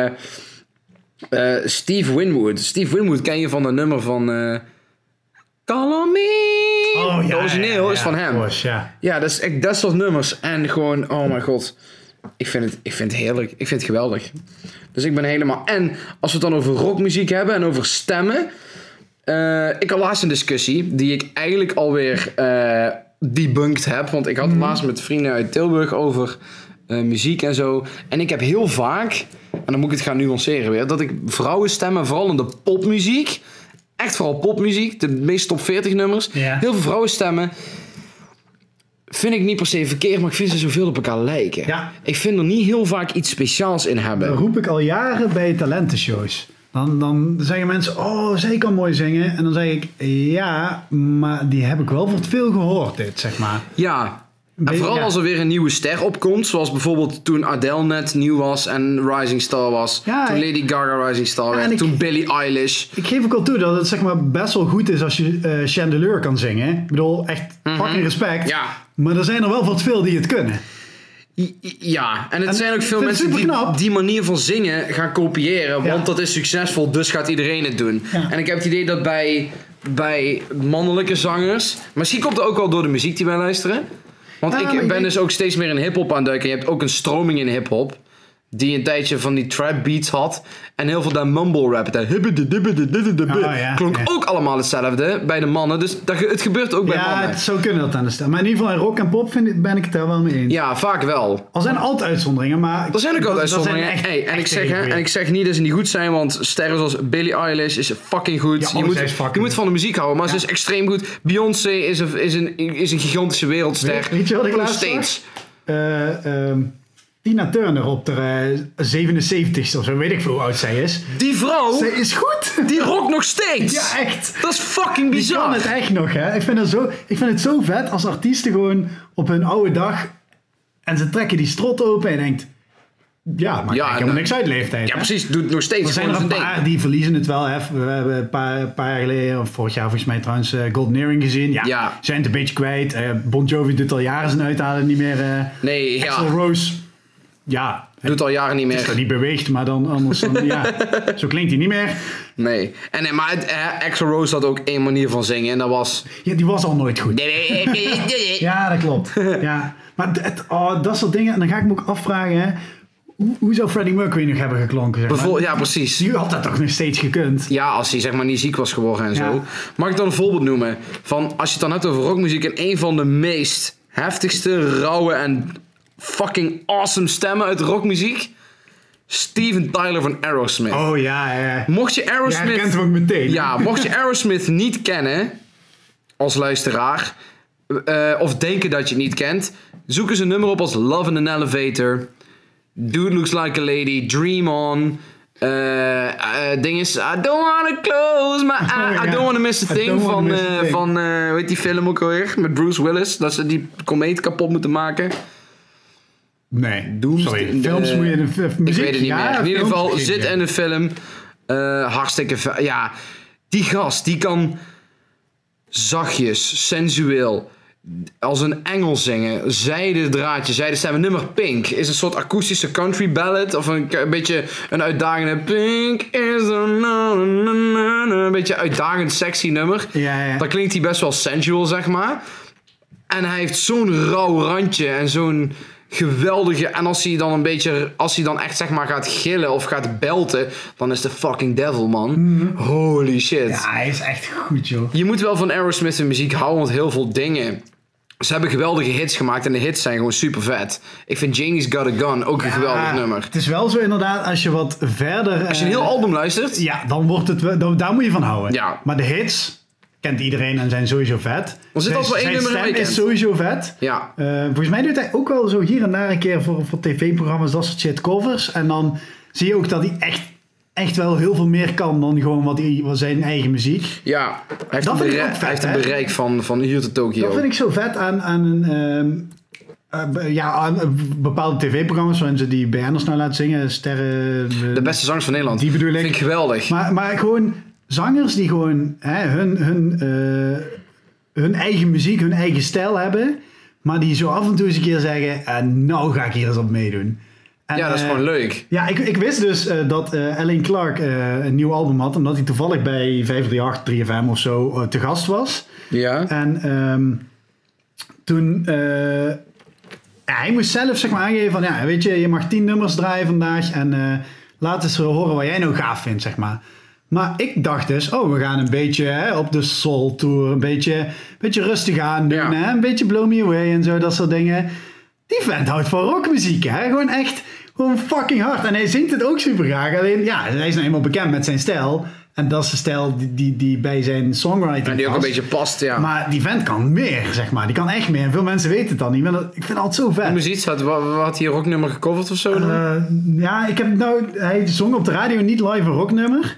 Steve Winwood. Steve Winwood ken je van een nummer van Call on Me. Oh, ja, de origineel is van hem. Ja, dat is echt dat soort nummers. En gewoon, oh mijn god. Ik vind het heerlijk. Ik vind het geweldig. Dus ik ben helemaal... En als we het dan over rockmuziek hebben en over stemmen. Ik had laatst een discussie die ik eigenlijk alweer debunked heb. Want ik had het laatst met vrienden uit Tilburg over muziek en zo. En ik heb heel vaak, en dan moet ik het gaan nuanceren weer, dat ik vrouwenstemmen, vooral in de popmuziek, echt vooral popmuziek, de meeste top 40 nummers, heel veel vrouwenstemmen, vind ik niet per se verkeerd, maar ik vind ze zoveel op elkaar lijken. Ja. Ik vind er niet heel vaak iets speciaals in hebben. Dat roep ik al jaren bij talentenshows. Dan zeggen mensen, oh, zij kan mooi zingen. En dan zeg ik, ja, maar die heb ik wel voor veel gehoord, dit, zeg maar. Ja, en vooral als er weer een nieuwe ster opkomt. Zoals bijvoorbeeld toen Adele net nieuw was en Rising Star was. Ja, toen Lady Gaga Rising Star werd. Toen Billie Eilish. Ik geef ook al toe dat het zeg maar best wel goed is als je Chandeleur kan zingen. Ik bedoel, echt fucking respect. Ja. Maar er zijn er wel wat veel die het kunnen. Ja, en het zijn ook veel mensen die die manier van zingen gaan kopiëren. Want dat is succesvol, dus gaat iedereen het doen. Ja. En ik heb het idee dat bij mannelijke zangers... Misschien komt het ook wel door de muziek die wij luisteren. Want ik ben dus ook steeds meer in hiphop aan het duiken. Je hebt ook een stroming in hiphop. Die een tijdje van die trap beats had. En heel veel dat mumble rap. Klonk ook allemaal hetzelfde bij de mannen. Dus het gebeurt ook bij mannen. Ja, het zou kunnen dat aan de stem. Maar in ieder geval in rock en pop ben ik het daar wel mee eens. Ja, vaak wel. Er zijn altijd uitzonderingen, maar... Er zijn ook altijd uitzonderingen. En ik zeg niet dat ze niet goed zijn, want sterren zoals Billie Eilish is fucking goed. Ja, je moet van de muziek houden, maar ze is extreem goed. Beyoncé is een gigantische wereldster. Weet je wat ik laatst steeds? Tina Turner op de 77ste of zo, weet ik veel hoe oud zij is. Die vrouw... Zij is goed. Die rockt nog steeds. Ja, echt. Dat is fucking bizar. Die kan het echt nog, hè. Ik vind het zo vet als artiesten gewoon op hun oude dag en ze trekken die strot open en je denkt... Ja, maar helemaal niks uit leeftijd. Ja, precies. Doet nog steeds. Er zijn er een paar die verliezen het wel. Hè. We hebben een paar jaar geleden, of vorig jaar volgens mij trouwens, Golden Earring gezien. Ja. Zijn het een beetje kwijt. Bon Jovi doet al jaren zijn uithalen niet meer. Axl Rose... Ja, doet al jaren niet meer. Het is niet beweegt, maar dan anders zo klinkt hij niet meer. Nee. Maar Axl Rose had ook één manier van zingen en dat was... Ja, die was al nooit goed. Ja, dat klopt. Ja. Maar dat soort dingen, en dan ga ik me ook afvragen, hè, hoe zou Freddie Mercury nog hebben geklonken? Zeg maar? Ja, precies. Die had dat toch nog steeds gekund? Ja, als hij zeg maar niet ziek was geworden en zo. Mag ik dan een voorbeeld noemen? Van, als je het dan hebt over rockmuziek en een van de meest heftigste, rauwe en fucking awesome stemmen uit de rockmuziek. Steven Tyler van Aerosmith. Oh ja. Mocht je Aerosmith... Ja, kent hem ook meteen. Ja, mocht je Aerosmith niet kennen, als luisteraar, of denken dat je het niet kent, zoek eens een nummer op als Love in an Elevator, Dude Looks Like a Lady, Dream On, ding is I Don't Wanna Close My Eyes, I Don't Wanna Miss a Thing van hoe heet die film ook alweer, met Bruce Willis, dat ze die komeet kapot moeten maken. Nee, sorry. Films moet je de muziek... Ik weet het niet meer. In ieder geval, zit in een film. Hartstikke... Ja, die gast, die kan zachtjes, sensueel, als een engel zingen. Zijde stemmen. Nummer Pink is een soort akoestische country ballad. Of een beetje een uitdagende... Pink is een beetje uitdagend sexy nummer. Ja. Dan klinkt hij best wel sensual, zeg maar. En hij heeft zo'n rauw randje en zo'n geweldige... En als hij dan echt zeg maar gaat gillen of gaat belten, dan is de fucking devil, man. Holy shit. Ja, hij is echt goed, joh. Je moet wel van Aerosmith en muziek houden, want heel veel dingen... Ze hebben geweldige hits gemaakt en de hits zijn gewoon super vet. Ik vind Janie's Got a Gun ook een geweldig nummer. Het is wel zo inderdaad, als je wat verder... Als je een heel album luistert... Ja, dan wordt het... Daar moet je van houden. Ja. Maar de hits kent iedereen en zijn sowieso vet. Er zit altijd wel één nummer in. Zijn stem is sowieso vet. Ja. Volgens mij doet hij ook wel zo hier en daar een keer voor tv-programma's dat soort shit covers. En dan zie je ook dat hij echt wel heel veel meer kan dan gewoon wat zijn eigen muziek. Ja, hij heeft een bereik van hier tot Tokio. Dat vind ik zo vet aan bepaalde tv-programma's waarin ze die BN'ers nou laten zingen. Sterren... De beste zangers van Nederland. Die bedoel ik. Vind ik geweldig. Maar gewoon zangers die gewoon hun eigen muziek, hun eigen stijl hebben. Maar die zo af en toe eens een keer zeggen, nou ga ik hier eens op meedoen. En, ja, dat is gewoon leuk. Ja, ik wist dus dat Alain Clark een nieuw album had, omdat hij toevallig bij 538, 3FM of zo te gast was. Ja. En toen... hij moest zelf zeg maar aangeven van, ja, weet je mag 10 nummers draaien vandaag en laat eens horen wat jij nou gaaf vindt, zeg maar. Maar ik dacht dus, we gaan een beetje op de Soul Tour, een beetje rustig aan doen, hè? Een beetje Blow Me Away en zo, dat soort dingen. Die vent houdt van rockmuziek, hè? Gewoon fucking hard. En hij zingt het ook super graag. Alleen, ja, hij is nou eenmaal bekend met zijn stijl. En dat is de stijl die bij zijn songwriting en die past. ook een beetje past, ja. Maar die vent kan meer, zeg maar. Die kan echt meer. En veel mensen weten het dan niet. Maar ik vind het altijd zo vet. De muziek, had hij een rocknummer gecoverd of zo? Ja, hij zong op de radio niet live een rocknummer.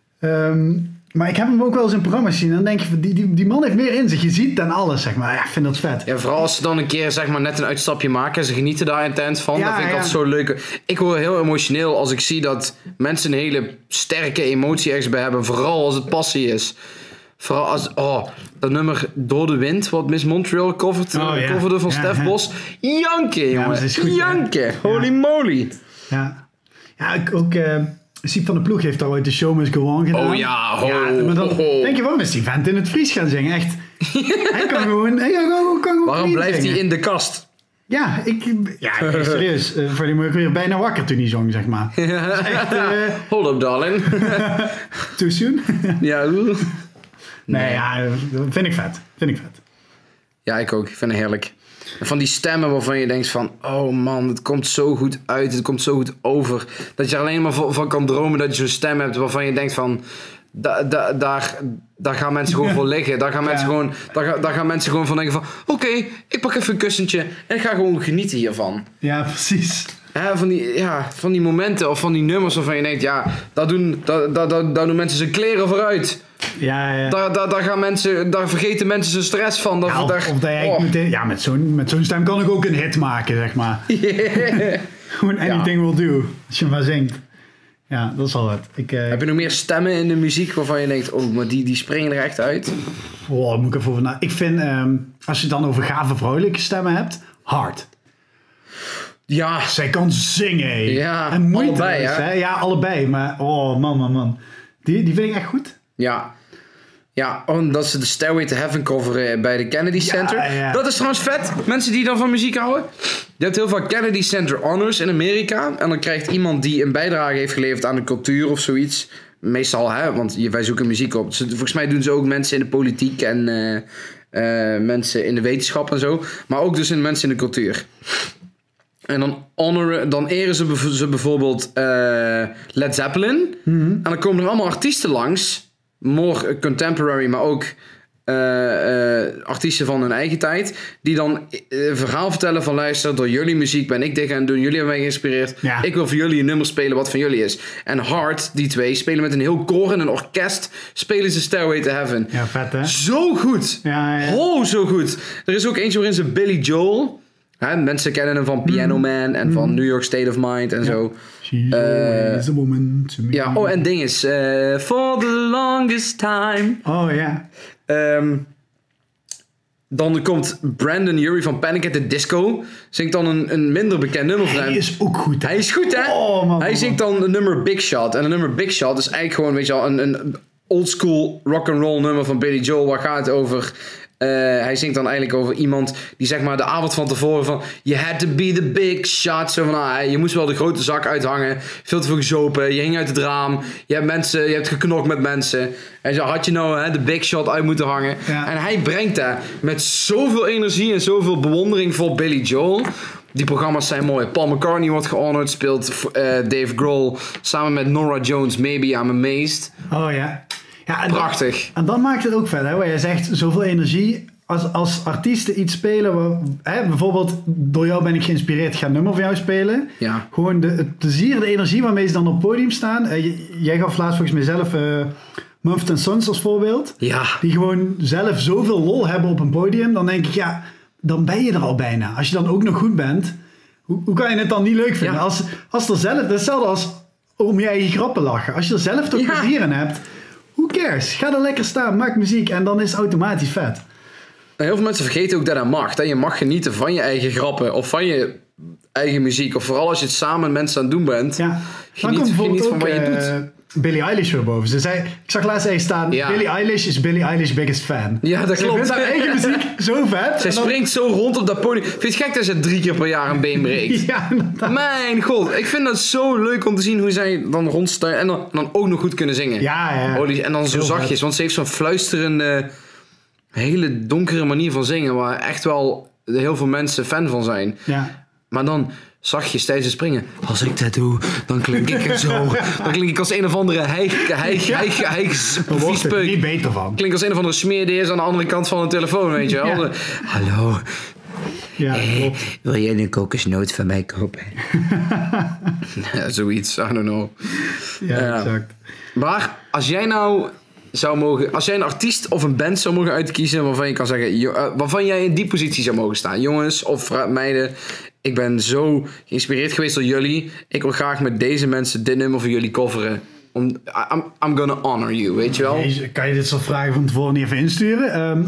Maar ik heb hem ook wel eens in programma's gezien. En dan denk je, die man heeft meer in zich. Je ziet dan alles, zeg maar. Ja, ik vind dat vet. Ja, vooral als ze dan een keer, zeg maar, net een uitstapje maken. En ze genieten daar intens van. Ja, dat vind ik altijd zo leuk. Ik word heel emotioneel als ik zie dat mensen een hele sterke emotie ergens bij hebben. Vooral als het passie is. Vooral als... dat nummer Door de Wind, wat Miss Montreal coverde van Stef Bos. Janken, jongen. Goed, janken. Holy moly. Ja. Ja, ook... Siep van de Ploeg heeft al ooit de Show Must Go On gedaan. Oh ja, maar dan denk je, waarom is die vent in het Fries gaan zingen? Echt. Hij kan gewoon... Waarom blijft hij in de kast? Ja, serieus. Voor die moet ik weer bijna wakker toen hij zong, zeg maar. Echt, hold up, darling. Too soon? Ja. Nee, ja, vind ik vet. Ja, ik ook. Ik vind het heerlijk. Van die stemmen waarvan je denkt van... Oh man, het komt zo goed uit. Het komt zo goed over. Dat je er alleen maar van kan dromen dat je zo'n stem hebt waarvan je denkt van... Daar gaan mensen gewoon voor liggen. Daar gaan mensen gewoon van denken van... Oké, ik pak even een kussentje en ik ga gewoon genieten hiervan. Ja, precies. Van die momenten of van die nummers waarvan je denkt... Ja, daar doen mensen zijn kleren vooruit. Ja. Daar vergeten mensen zijn stress van. Met zo'n stem kan ik ook een hit maken, zeg maar. Yeah. Gewoon anything will do. Als je maar zingt. Ja, dat is al het. Heb je nog meer stemmen in de muziek waarvan je denkt... Oh, maar die springen er echt uit? Moet ik even over na. Ik vind, als je het dan over gave vrouwelijke stemmen hebt... Hard. Ja. Zij kan zingen. Ja, en moeite allebei, hè? Ja, allebei. Maar, man. Die vind ik echt goed. Ja, omdat ze de Stairway to Heaven coveren bij de Kennedy Center. Ja. Dat is trouwens vet. Mensen die dan van muziek houden. Je hebt heel veel Kennedy Center honors in Amerika. En dan krijgt iemand die een bijdrage heeft geleverd aan de cultuur of zoiets. Meestal, want wij zoeken muziek op. Dus volgens mij doen ze ook mensen in de politiek en mensen in de wetenschap en zo. Maar ook dus mensen in de cultuur. En dan eren ze bijvoorbeeld Led Zeppelin. En dan komen er allemaal artiesten langs. More contemporary, maar ook artiesten van hun eigen tijd. Die dan een verhaal vertellen van luister, door jullie muziek ben ik dit gaan doen. Jullie hebben mij geïnspireerd. Ja. Ik wil voor jullie een nummer spelen wat van jullie is. En Heart, die twee, spelen met een heel koor en een orkest. Spelen ze Stairway to Heaven. Ja, vet hè? Zo goed. Ja. Oh, zo goed. Er is ook eentje waarin ze Billy Joel... mensen kennen hem van Piano Man en van New York State of Mind en zo. She's always a woman to me. Ja, en ding is For the Longest Time. Oh ja. Dan komt Brandon Urie van Panic at the Disco. Zingt dan een minder bekend nummer van hem. Hij is ook goed. Hij is goed, hè? Oh, man, hij zingt dan een nummer Big Shot. En een nummer Big Shot is eigenlijk gewoon, weet je wel, een oldschool rock'n'roll nummer van Billy Joel. Waar gaat het over? Hij zingt dan eigenlijk over iemand die zeg maar de avond van tevoren van you had to be the big shot. Zo van, je moest wel de grote zak uithangen. Veel te veel gezopen. Je hing uit het raam. Je hebt geknokt met mensen. En zo had je nou de big shot uit moeten hangen. Ja. En hij brengt dat met zoveel energie en zoveel bewondering voor Billy Joel. Die programma's zijn mooi. Paul McCartney wordt gehonored. Speelt Dave Grohl samen met Norah Jones. Maybe I'm Amazed. Oh ja. Ja, prachtig. En dan maakt het ook vet, hè? Waar je zegt, zoveel energie. Als artiesten iets spelen, bijvoorbeeld door jou ben ik geïnspireerd, ik ga een nummer van jou spelen. Ja. Gewoon het plezier, de energie waarmee ze dan op het podium staan. Jij gaf laatst volgens mij zelf Mumford & Sons als voorbeeld. Ja. Die gewoon zelf zoveel lol hebben op een podium. Dan denk ik, ja, dan ben je er al bijna. Als je dan ook nog goed bent, hoe kan je het dan niet leuk vinden? Ja. Als er zelf, dat is hetzelfde als om je eigen grappen lachen. Als je er zelf toch plezier in hebt, who cares? Ga er lekker staan, maak muziek en dan is het automatisch vet. Heel veel mensen vergeten ook dat dat mag. Dat je mag genieten van je eigen grappen of van je eigen muziek. Of vooral als je het samen met mensen aan het doen bent. Ja. Geniet van wat je doet. Billie Eilish weer boven. Ze zei, ik zag laatst even staan, Billie Eilish is Billie Eilish's biggest fan. Ja, dat klopt. Ze vindt haar eigen muziek zo vet. Zij springt zo rond op dat podium. Vind je het gek dat ze 3 keer per jaar een been breekt? Ja, inderdaad. Mijn god, ik vind dat zo leuk om te zien hoe zij dan rondstuit en dan ook nog goed kunnen zingen. Ja. En dan zo heel zachtjes, want ze heeft zo'n fluisterende, hele donkere manier van zingen, waar echt wel heel veel mensen fan van zijn. Ja. Maar dan zachtjes tijdens het springen. Als ik dat doe, dan klink ik er zo. Dan klink ik als een of andere viespeuk. Niet beter van. Klink als een of andere smeerdeers aan de andere kant van de telefoon, weet je wel. Ja. Hallo. Ja, wil jij een kokosnoot van mij kopen? Ja, zoiets, I don't know. Ja, exact. Maar als jij nou als jij een artiest of een band zou mogen uitkiezen waarvan je kan zeggen, waarvan jij in die positie zou mogen staan, jongens of meiden, ik ben zo geïnspireerd geweest door jullie, ik wil graag met deze mensen dit nummer voor jullie coveren. I'm gonna honor you, weet je wel? Kan je dit soort vragen van tevoren niet even insturen?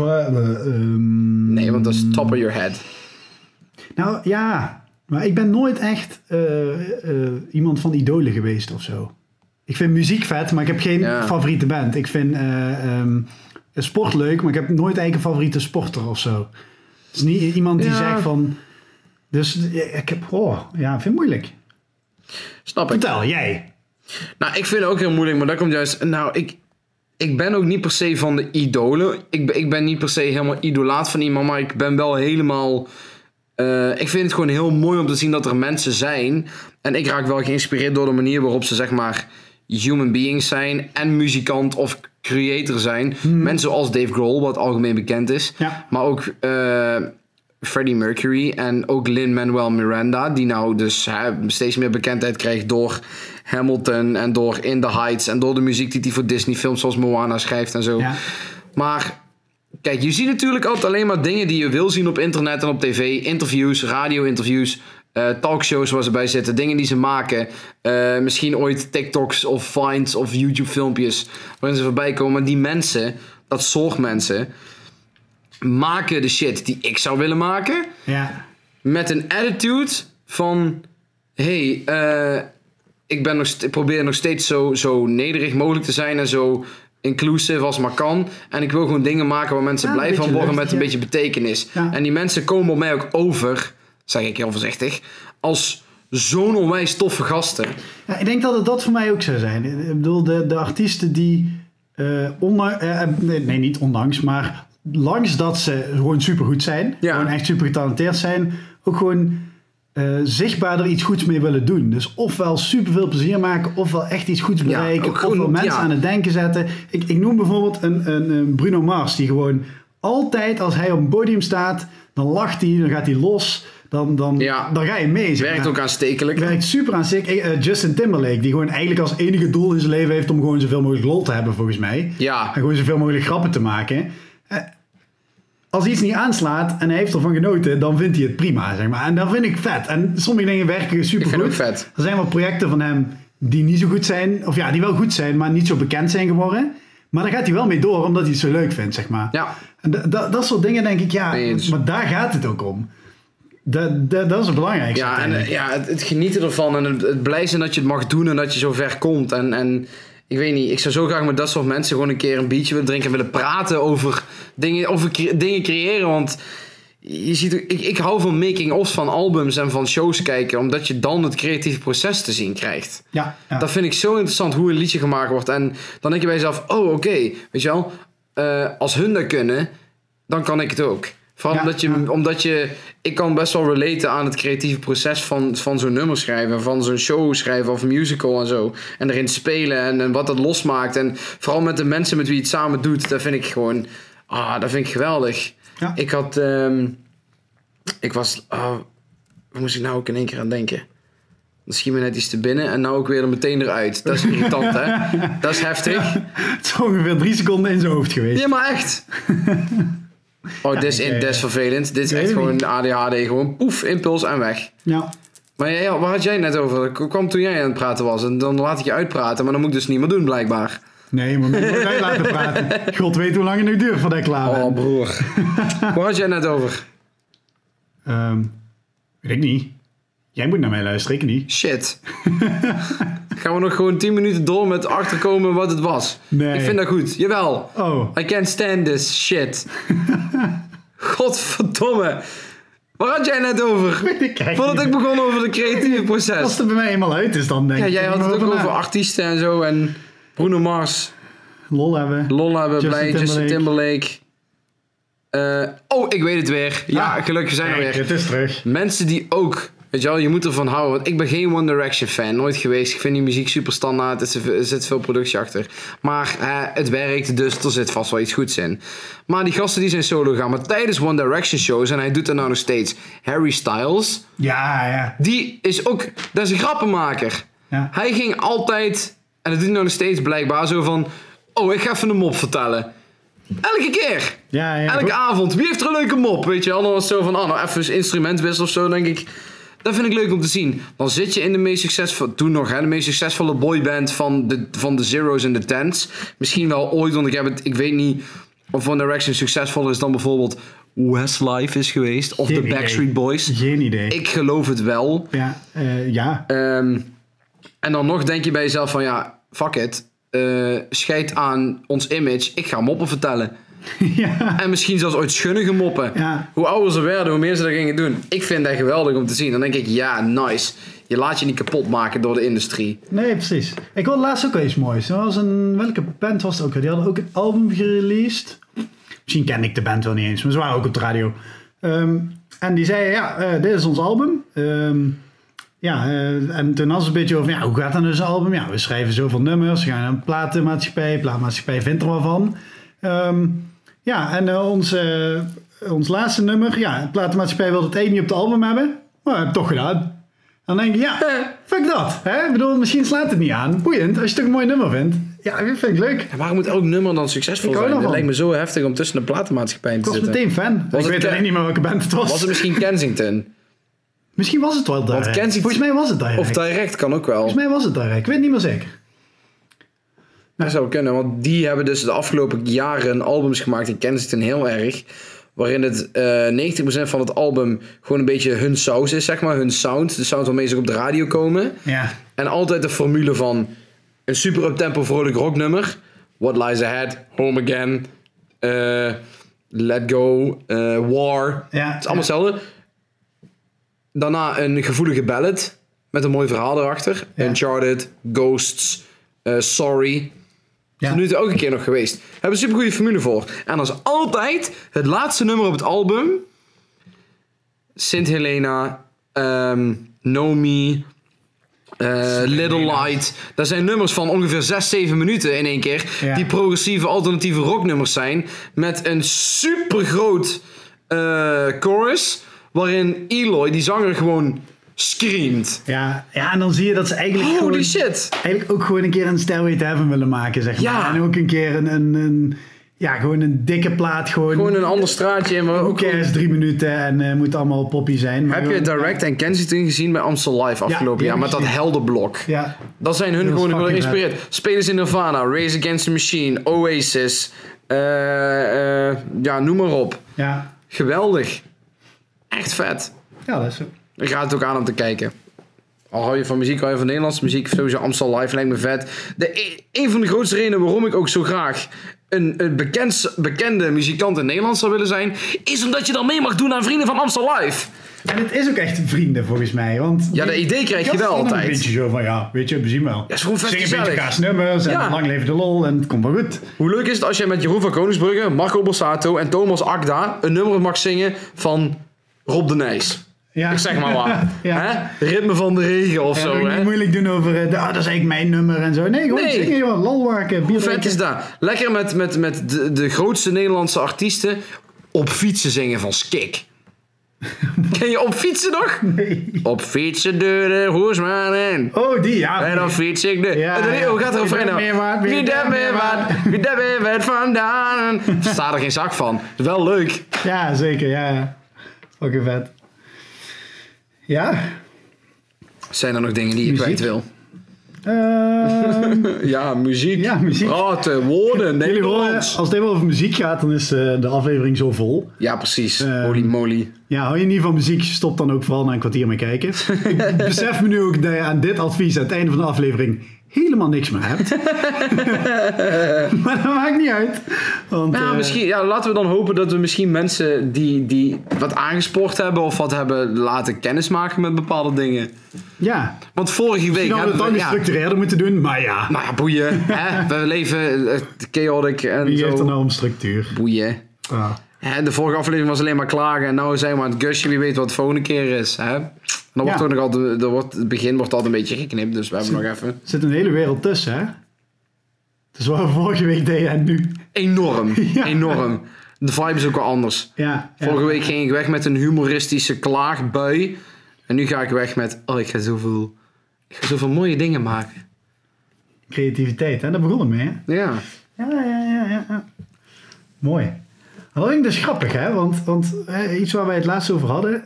Nee, want dat is top of your head. Nou ja, maar ik ben nooit echt iemand van idolen geweest of zo. Ik vind muziek vet, maar ik heb geen favoriete band. Ik vind sport leuk, maar ik heb nooit eigenlijk een favoriete sporter of zo. Het is niet iemand die zegt van... Dus ik heb... vind het moeilijk. Snap ik. Vertel, jij. Nou, ik vind het ook heel moeilijk, maar dat komt juist... Nou, ik ben ook niet per se van de idolen. Ik ben niet per se helemaal idolaat van iemand, maar ik ben wel helemaal... ik vind het gewoon heel mooi om te zien dat er mensen zijn. En ik raak wel geïnspireerd door de manier waarop ze zeg maar human beings zijn en muzikant of creator zijn. Mensen zoals Dave Grohl, wat algemeen bekend is. Ja. Maar ook Freddie Mercury en ook Lin-Manuel Miranda, die nou dus steeds meer bekendheid krijgt door Hamilton en door In the Heights en door de muziek die hij voor Disney films zoals Moana schrijft en zo. Ja. Maar kijk, je ziet natuurlijk altijd alleen maar dingen die je wil zien op internet en op tv. Interviews, radio-interviews, talkshows waar ze bij zitten. Dingen die ze maken. Misschien ooit TikToks of Vines of YouTube-filmpjes waarin ze voorbij komen. Maar die mensen, dat soort mensen, maken de shit die ik zou willen maken. Ja. Met een attitude van... ik probeer nog steeds zo nederig mogelijk te zijn en zo inclusive als maar kan. En ik wil gewoon dingen maken waar mensen blij van worden met een beetje betekenis. Ja. En die mensen komen op mij ook over, zeg ik heel voorzichtig, als zo'n onwijs toffe gasten. Ja, ik denk dat het dat voor mij ook zou zijn. Ik bedoel, de artiesten die niet ondanks, maar langs dat ze gewoon supergoed zijn, gewoon echt super getalenteerd zijn, ook gewoon zichtbaarder iets goeds mee willen doen. Dus ofwel superveel plezier maken, ofwel echt iets goeds bereiken, ofwel mensen aan het denken zetten. Ik noem bijvoorbeeld een Bruno Mars, die gewoon altijd als hij op een podium staat, dan lacht hij, dan gaat hij los, dan ga je mee. Werkt ook aanstekelijk. Werkt super aanstekelijk. Justin Timberlake, die gewoon eigenlijk als enige doel in zijn leven heeft om gewoon zoveel mogelijk lol te hebben, volgens mij. Ja. En gewoon zoveel mogelijk grappen te maken. Als iets niet aanslaat en hij heeft ervan genoten, dan vindt hij het prima, zeg maar. En dat vind ik vet. En sommige dingen werken super goed. Ik vind het ook vet. Er zijn wel projecten van hem die niet zo goed zijn, of ja, die wel goed zijn, maar niet zo bekend zijn geworden. Maar dan gaat hij wel mee door, omdat hij het zo leuk vindt, zeg maar. Ja. En dat soort dingen denk ik, maar daar gaat het ook om. Dat is het belangrijkste. Ja, en het genieten ervan en het blij zijn dat je het mag doen en dat je zo ver komt. En ik weet niet, ik zou zo graag met dat soort mensen gewoon een keer een biertje willen drinken en willen praten over dingen creëren. Want je ziet, ik hou van making-ofs van albums en van shows kijken, omdat je dan het creatieve proces te zien krijgt. Ja. Dat vind ik zo interessant, hoe een liedje gemaakt wordt. En dan denk je bij jezelf, oké, weet je wel, als hun dat kunnen, dan kan ik het ook. Vooral omdat je... Ik kan best wel relaten aan het creatieve proces van zo'n nummer schrijven. Van zo'n show schrijven of musical en zo. En erin spelen en wat dat losmaakt. En vooral met de mensen met wie je het samen doet. Dat vind ik gewoon... dat vind ik geweldig. Ja. Ik had... waar moest ik nou ook in één keer aan denken? Dan schiet me net iets te binnen en nou ook weer er meteen eruit. Dat is irritant, hè? Dat is heftig. Het is ongeveer 3 seconden in zijn hoofd geweest. Ja, maar echt. Dit is vervelend. Dit is echt gewoon ADHD. Gewoon poef, impuls en weg. Ja. Maar waar had jij het net over? Ik kwam toen jij aan het praten was. En dan laat ik je uitpraten. Maar dan moet ik dus niet meer doen, blijkbaar. Nee, maar moet jij laten praten. God weet hoe lang het nog duurt voordat ik klaar ben. Oh, broer. Waar had jij het net over? Weet ik niet. Jij moet naar mij luisteren, ik niet. Shit. Gaan we nog gewoon 10 minuten door met achterkomen wat het was? Nee. Ik vind dat goed. Jawel. Oh. I can't stand this shit. Godverdomme. Waar had jij net over? Voordat ik begon over het creatieve proces. Als het er bij mij eenmaal uit is, dan denk ik... Ja, jij had het ook over artiesten en zo. En Bruno Mars. Lol hebben. Justin Timberlake. Ik weet het weer. Ja, gelukkig zijn we weer. Het is terug. Mensen die ook... Weet je wel, je moet ervan houden. Want ik ben geen One Direction fan. Nooit geweest. Ik vind die muziek super standaard. Er zit veel productie achter. Maar het werkt, dus er zit vast wel iets goeds in. Maar die gasten die zijn solo gaan. Maar tijdens One Direction shows, en hij doet dat nou nog steeds. Harry Styles. Ja. Die is ook... Dat is een grappenmaker. Ja. Hij ging altijd... En dat doet hij nou nog steeds blijkbaar zo van... ik ga even een mop vertellen. Elke keer. Ja. Elke avond. Wie heeft er een leuke mop? Weet je wel? Dan was het zo van... even een instrument wisselen of zo, denk ik... Dat vind ik leuk om te zien. Dan zit je in de meest succesvolle... Toen nog, hè. De meest succesvolle boyband van de Zeros en de Tens. Misschien wel ooit, want ik weet niet... Of One Direction succesvoller is dan bijvoorbeeld... Westlife is geweest. Of de Backstreet Boys. Geen idee. Ik geloof het wel. Ja. En dan nog denk je bij jezelf van... fuck it. Scheid aan ons image. Ik ga moppen vertellen. Ja. En misschien zelfs ooit schunnige moppen. Ja. Hoe ouder ze werden, hoe meer ze dat gingen doen. Ik vind dat geweldig om te zien. Dan denk ik, nice. Je laat je niet kapot maken door de industrie. Nee, precies. Ik hoorde laatst ook wel iets moois. Welke band was het ook? Die hadden ook een album gereleased. Misschien ken ik de band wel niet eens, maar ze waren ook op de radio. En die zeiden, dit is ons album. En toen was het een beetje over, hoe gaat dan dus een album? Ja, we schrijven zoveel nummers, we gaan naar een platenmaatschappij vindt er wel van. Ons laatste nummer, de platenmaatschappij wilde het één niet op het album hebben, maar we hebben het toch gedaan. Dan denk je, fuck dat. Hè? Ik bedoel, misschien slaat het niet aan. Boeiend, als je het toch een mooi nummer vindt. Ja, dat vind ik leuk. Ja, waarom moet elk nummer dan succesvol zijn? Het lijkt me zo heftig om tussen de platenmaatschappijen te zitten. Ik was meteen fan. Ik weet alleen niet meer welke band het was. Was het misschien Kensington? Misschien was het wel Direct. Volgens mij was het Direct. Of Direct kan ook wel. Volgens mij was het Direct. Ik weet niet meer zeker. Dat zou kunnen, want die hebben dus de afgelopen jaren albums gemaakt in Kensington heel erg. Waarin het 90% van het album gewoon een beetje hun saus is, zeg maar. Hun sound. De sound waarmee ze op de radio komen. Ja. En altijd de formule van een super up-tempo vrolijk rocknummer. What Lies Ahead, Home Again, Let Go, War. Ja, het is allemaal hetzelfde. Daarna een gevoelige ballad met een mooi verhaal erachter. Ja. Uncharted, Ghosts, Sorry. Ja. Nu is het ook een keer nog geweest. Daar hebben een super goede formule voor. En als altijd het laatste nummer op het album. Sint Helena, Know Me, Little Light. Dat zijn nummers van ongeveer 6-7 minuten in één keer. Ja. Die progressieve alternatieve rocknummers zijn. Met een super groot chorus. Waarin Eloy, die zanger, gewoon screamt. Ja, en dan zie je dat ze eigenlijk holy shit. Eigenlijk ook gewoon een keer een Stairway to Heaven willen maken, zeg maar. Ja. En ook een keer gewoon een dikke plaat. Gewoon een ander straatje. Maar ook ergens 3 minuten en moet allemaal poppy zijn. Heb je Direct en Kensington gezien bij Amstel Live afgelopen jaar? Met dat helderblok. Ja. Dat zijn hun gewoon geïnspireerd. Spelers in Nirvana, Rage Against the Machine, Oasis. Noem maar op. Ja. Geweldig. Echt vet. Ja, dat is zo. Ik raad het ook aan om te kijken. Al hou je van muziek, hou je van Nederlandse muziek. Sowieso Amstel Live lijkt me vet. Een van de grootste redenen waarom ik ook zo graag een bekende muzikant in Nederland zou willen zijn, is omdat je dan mee mag doen aan Vrienden van Amstel Live. En het is ook echt vrienden volgens mij. Want ja, dat idee krijg je wel altijd. Een beetje zo van, weet je, we zien wel. Ja, is gewoon vet gezellig. Zing een beetje gaasnummers en lang leven de lol en het komt wel goed. Hoe leuk is het als je met Jeroen van Koningsbrugge, Marco Borsato en Thomas Akda een nummer mag zingen van Rob de Nijs. Ja. Ik zeg maar wat. Ja. Ritme van de regen of zo. Niet moeilijk doen over, dat is eigenlijk mijn nummer en zo. Nee, gewoon zingen joh, lolwerken, bier. Hoe vet is dat? Lekker met de grootste Nederlandse artiesten op fietsen zingen van Skik. Ken je Op Fietsen nog? Nee. Op fietsen de hoersman in. Oh, die, ja. En dan fiets ik de... Hoe gaat er refrein nou? Wie daar weer wat vandaan. Er staat er geen zak van. Is wel leuk. Ja, zeker, ja. Oké, vet. Ja. Zijn er nog dingen die je kwijt wil? Ja, muziek. Praten, woorden, Nederlands. Als het even over muziek gaat, dan is de aflevering zo vol. Ja, precies. Holy moly. Ja, hou je niet van muziek, stop dan ook vooral na een kwartier mee kijken. Ik besef me nu ook dat je aan dit advies aan het einde van de aflevering helemaal niks meer hebt. Maar dat maakt niet uit. Want, misschien, laten we dan hopen dat we misschien mensen die wat aangespoord hebben of wat hebben laten kennismaken met bepaalde dingen. Ja. Want vorige week hadden we het dan gestructureerder moeten doen, maar ja. Nou ja, boeien. Hè? We leven chaotic en wie zo. heeft er nou om structuur? Boeien. Ah. De vorige aflevering was alleen maar klagen en nu zijn we aan het gusje. Wie weet wat de volgende keer is. Hè? Dan wordt ook nog altijd, het begin wordt altijd een beetje geknipt, dus we hebben nog even. Er zit een hele wereld tussen, hè? Het is wel vorige week deed en nu. Enorm, enorm. De vibe is ook wel anders. Ja, vorige week ging ik weg met een humoristische klaagbui. En nu ga ik weg met, ik ga zoveel mooie dingen maken. Creativiteit, hè? Daar begon het mee, hè? Ja. Ja. Mooi. Dat vind ik dus grappig, hè? Want iets waar wij het laatst over hadden.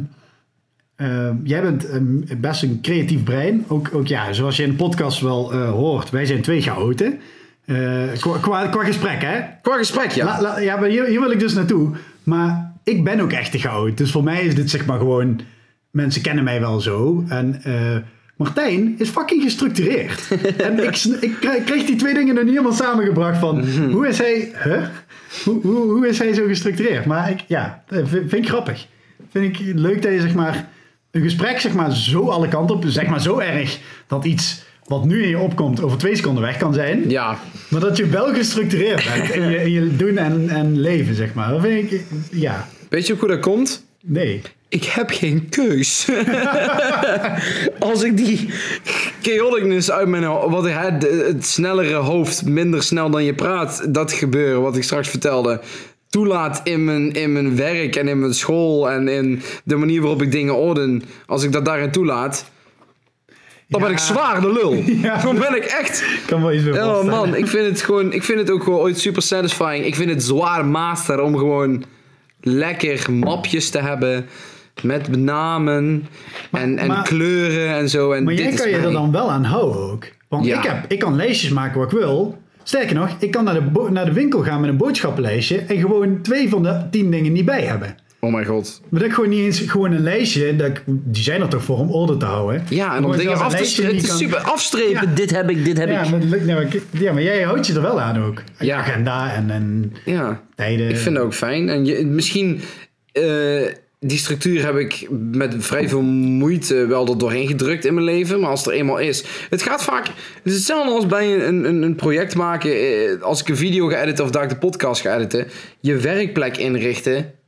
Jij bent best een creatief brein. Ook zoals je in de podcast wel hoort. Wij zijn 2 chaoten. Qua gesprek, hè? Qua gesprek, ja. Ja, maar hier wil ik dus naartoe. Maar ik ben ook echt een chaot. Dus voor mij is dit zeg maar gewoon... Mensen kennen mij wel zo. En Martijn is fucking gestructureerd. En ik kreeg die 2 dingen nog niet helemaal samengebracht van... Hoe is hij... Hoe is hij zo gestructureerd? Maar vind ik grappig. Vind ik leuk dat je zeg maar... Een gesprek zeg maar zo alle kanten op... Zeg maar zo erg dat iets... Wat nu in je opkomt over 2 seconden weg kan zijn. Ja. Maar dat je wel gestructureerd bent in je doen en leven, zeg maar. Dat vind ik, ja. Weet je hoe dat komt? Nee. Ik heb geen keus. Als ik die chaoticness uit mijn het snellere hoofd, minder snel dan je praat, dat gebeuren wat ik straks vertelde, toelaat in mijn werk en in mijn school en in de manier waarop ik dingen orden, als ik dat daarin toelaat, dan ben ik zwaar de lul. Ja. Dan ben ik echt... Kan wel iets meer voorstellen. Man, ik vind het ook gewoon ooit super satisfying. Ik vind het zwaar master om gewoon lekker mapjes te hebben met namen en kleuren en zo. En maar jij kan je er dan wel aan houden ook. Want ik kan lijstjes maken wat ik wil. Sterker nog, ik kan naar de winkel gaan met een boodschappenlijstje en gewoon 2 van de 10 dingen niet bij hebben. Oh mijn god. Maar dat ik gewoon niet eens gewoon een lijstje, die zijn er toch voor om orde te houden. Ja, en om dingen af te strepen. Super afstrepen, ja. Dit heb ik. Maar jij houdt je er wel aan ook. Ja. Agenda en tijden. Ik vind het ook fijn. En misschien... die structuur heb ik met vrij veel moeite wel er doorheen gedrukt in mijn leven. Maar als het er eenmaal is... Het gaat vaak... Het is hetzelfde als bij een project maken. Als ik een video ga editen of dat ik de podcast ga editen. Je werkplek inrichten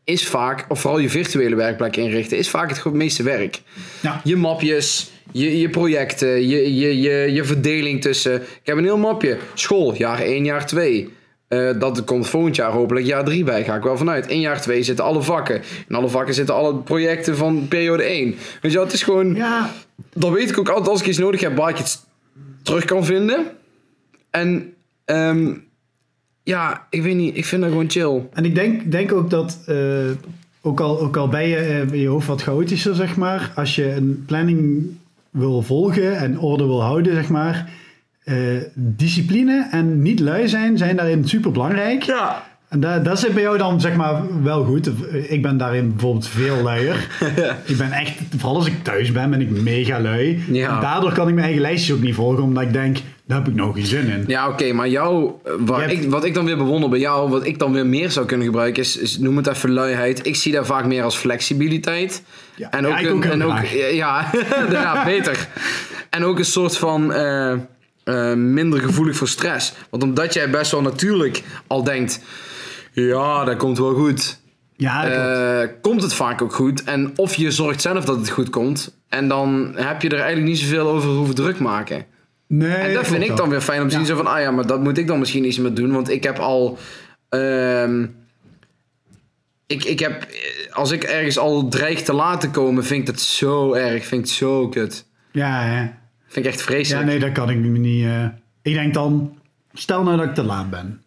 is vaak, of vooral je virtuele werkplek inrichten, is vaak het meeste werk. Ja. Je mapjes, je projecten, je verdeling tussen. Ik heb een heel mapje. School, jaar 1, jaar 2. Dat komt volgend jaar hopelijk jaar 3 bij, ga ik wel vanuit. In jaar 2 zitten alle vakken. In alle vakken zitten alle projecten van periode 1. Weet je wel, het is gewoon... Ja. Dan weet ik ook altijd als ik iets nodig heb waar ik het terug kan vinden. En ja, ik weet niet, ik vind dat gewoon chill. En ik denk ook dat, ook al ben je in je hoofd wat chaotischer, zeg maar, als je een planning wil volgen en orde wil houden, zeg maar, discipline en niet lui zijn daarin super belangrijk. Ja. En dat zit bij jou dan, zeg maar, wel goed. Ik ben daarin bijvoorbeeld veel luier. Ik ben echt, vooral als ik thuis ben ik mega lui. Ja. En daardoor kan ik mijn eigen lijstjes ook niet volgen, omdat ik denk, daar heb ik nou geen zin in. Ja, oké, maar wat ik dan weer bewonder bij jou, wat ik dan weer meer zou kunnen gebruiken, is noem het even luiheid. Ik zie daar vaak meer als flexibiliteit. Ja, en ook, ja, beter. En ook een soort van minder gevoelig voor stress. Want omdat jij best wel natuurlijk al denkt, ja, dat komt wel goed. Ja, komt het vaak ook goed. En of je zorgt zelf dat het goed komt. En dan heb je er eigenlijk niet zoveel over hoeven druk maken. Nee, en dat vind ik dan weer fijn om te zien. Zo van, ja, maar dat moet ik dan misschien iets mee doen. Want ik heb al... ik heb... Als ik ergens al dreig te laat te komen, vind ik dat zo erg. Vind ik het zo kut. Ja, hè. Vind ik echt vreselijk. Ja, nee, dat kan ik niet... Ik denk dan... Stel nou dat ik te laat ben.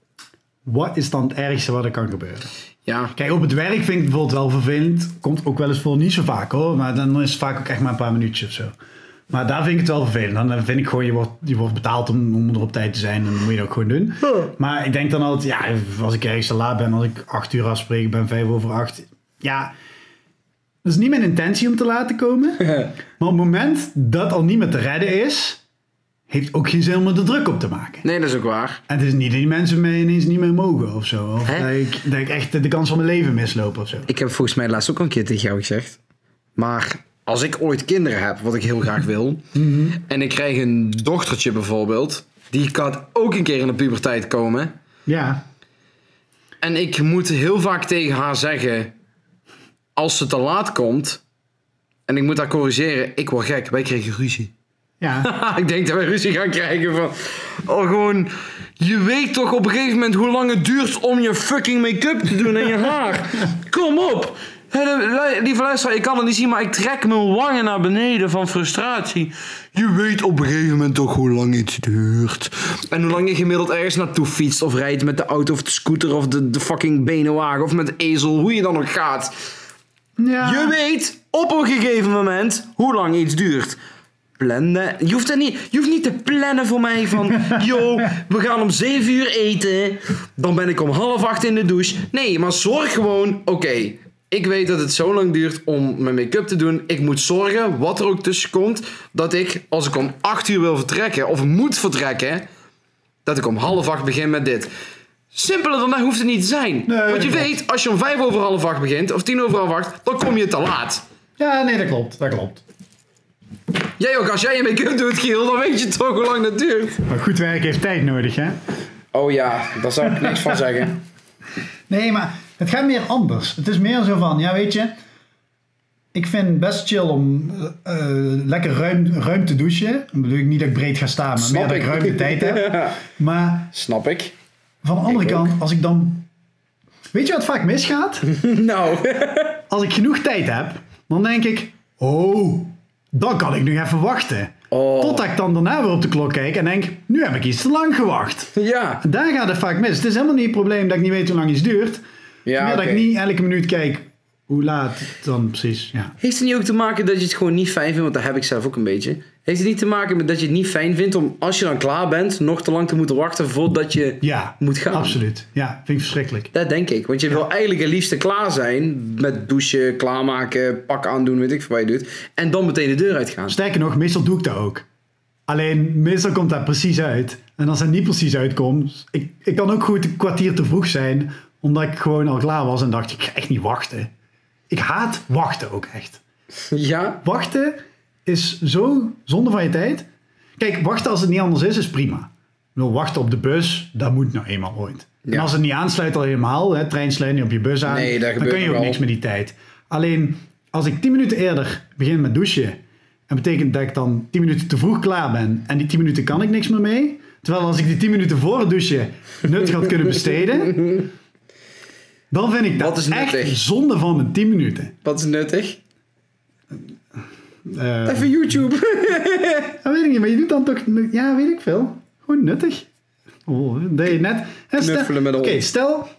Wat is dan het ergste wat er kan gebeuren? Ja. Kijk, op het werk vind ik het bijvoorbeeld wel vervelend. Komt ook wel eens voor, niet zo vaak hoor. Maar dan is het vaak ook echt maar een paar minuutjes of zo. Maar daar vind ik het wel vervelend. Dan vind ik gewoon, je wordt betaald om er op tijd te zijn. En dan moet je dat ook gewoon doen. Maar ik denk dan altijd, ja, als ik ergens te laat ben. Als ik 8 uur afspreek, ben 5:05. Ja, dat is niet mijn intentie om te laat te komen. Maar op het moment dat al niet meer te redden is, heeft ook geen zin om er de druk op te maken. Nee, dat is ook waar. En het is niet dat die mensen mij ineens niet meer mogen of zo. Of dat ik echt de kans van mijn leven misloop of zo. Ik heb volgens mij laatst ook al een keer tegen jou gezegd. Maar als ik ooit kinderen heb, wat ik heel graag wil. En ik krijg een dochtertje bijvoorbeeld. Die kan ook een keer in de puberteit komen. Ja. En ik moet heel vaak tegen haar zeggen, als ze te laat komt en ik moet haar corrigeren, ik word gek, wij kregen ruzie. Ja. Ik denk dat wij ruzie gaan krijgen van, gewoon, je weet toch op een gegeven moment hoe lang het duurt om je fucking make-up te doen en je haar. Kom op. Lieve luisteraar, ik kan het niet zien, maar ik trek mijn wangen naar beneden van frustratie. Je weet op een gegeven moment toch hoe lang iets duurt. En hoe lang je gemiddeld ergens naartoe fietst of rijdt met de auto of de scooter of de fucking benenwagen of met de ezel, hoe je dan ook gaat. Ja. Je weet op een gegeven moment hoe lang iets duurt. Plannen. Je hoeft niet te plannen voor mij van, yo, we gaan om 7 uur eten, dan ben ik om 7:30 in de douche. Nee, maar zorg gewoon, oké, ik weet dat het zo lang duurt om mijn make-up te doen. Ik moet zorgen, wat er ook tussen komt, dat ik, als ik om 8 uur wil vertrekken, of moet vertrekken, dat ik om 7:30 begin met dit. Simpeler dan dat hoeft het niet te zijn. Nee, want je weet, als je om 7:05 begint, of 7:10, dan kom je te laat. Ja, nee, dat klopt. Jij ook, als jij je make-up doet, Giel, dan weet je toch hoe lang dat duurt. Maar goed werk heeft tijd nodig, hè? Oh ja, daar zou ik niks van zeggen. Nee, maar het gaat meer anders. Het is meer zo van, ja, weet je, ik vind het best chill om lekker ruim te douchen. Dan bedoel ik niet dat ik breed ga staan, maar meer dat ik ruim de tijd heb. Maar snap ik. Van de andere kant, als ik dan... Weet je wat vaak misgaat? Nou. Als ik genoeg tijd heb, dan denk ik, dan kan ik nog even wachten. Totdat ik dan daarna weer op de klok kijk en denk, nu heb ik iets te lang gewacht. Ja. Daar gaat het vaak mis. Het is helemaal niet het probleem dat ik niet weet hoe lang iets duurt. Ja, meer dat ik niet elke minuut kijk hoe laat dan precies. Ja. Heeft het niet ook te maken dat je het gewoon niet fijn vindt? Want dat heb ik zelf ook een beetje. Heeft het niet te maken met dat je het niet fijn vindt om, als je dan klaar bent, nog te lang te moeten wachten voordat je moet gaan? Absoluut. Ja, vind ik verschrikkelijk. Dat denk ik. Want je wil eigenlijk het liefste klaar zijn met douchen, klaarmaken, pak aandoen, weet ik veel wat je doet. En dan meteen de deur uitgaan. Sterker nog, meestal doe ik dat ook. Alleen, meestal komt dat precies uit. En als het niet precies uitkomt, ik kan ook goed een kwartier te vroeg zijn, omdat ik gewoon al klaar was en dacht, ik ga echt niet wachten. Ik haat wachten ook echt. Ja? Wachten is zo zonde van je tijd. Kijk, wachten als het niet anders is prima. Ik bedoel, wachten op de bus, dat moet nou eenmaal ooit. Ja. En als het niet aansluit al helemaal, hè, trein sluit niet op je bus aan, Nee, dan kun je ook niks met die tijd. Alleen, als ik 10 minuten eerder begin met douchen, en betekent dat ik dan 10 minuten te vroeg klaar ben, en die 10 minuten kan ik niks meer mee. Terwijl als ik die 10 minuten voor het douchen nuttig had kunnen besteden, dan vind ik dat echt zonde van mijn 10 minuten. Wat is nuttig? Even YouTube. Dat weet ik niet, maar je doet dan toch... Ja, weet ik veel. Gewoon nuttig. Oh, dat je net... Knuffelen met de hond. Oké, stel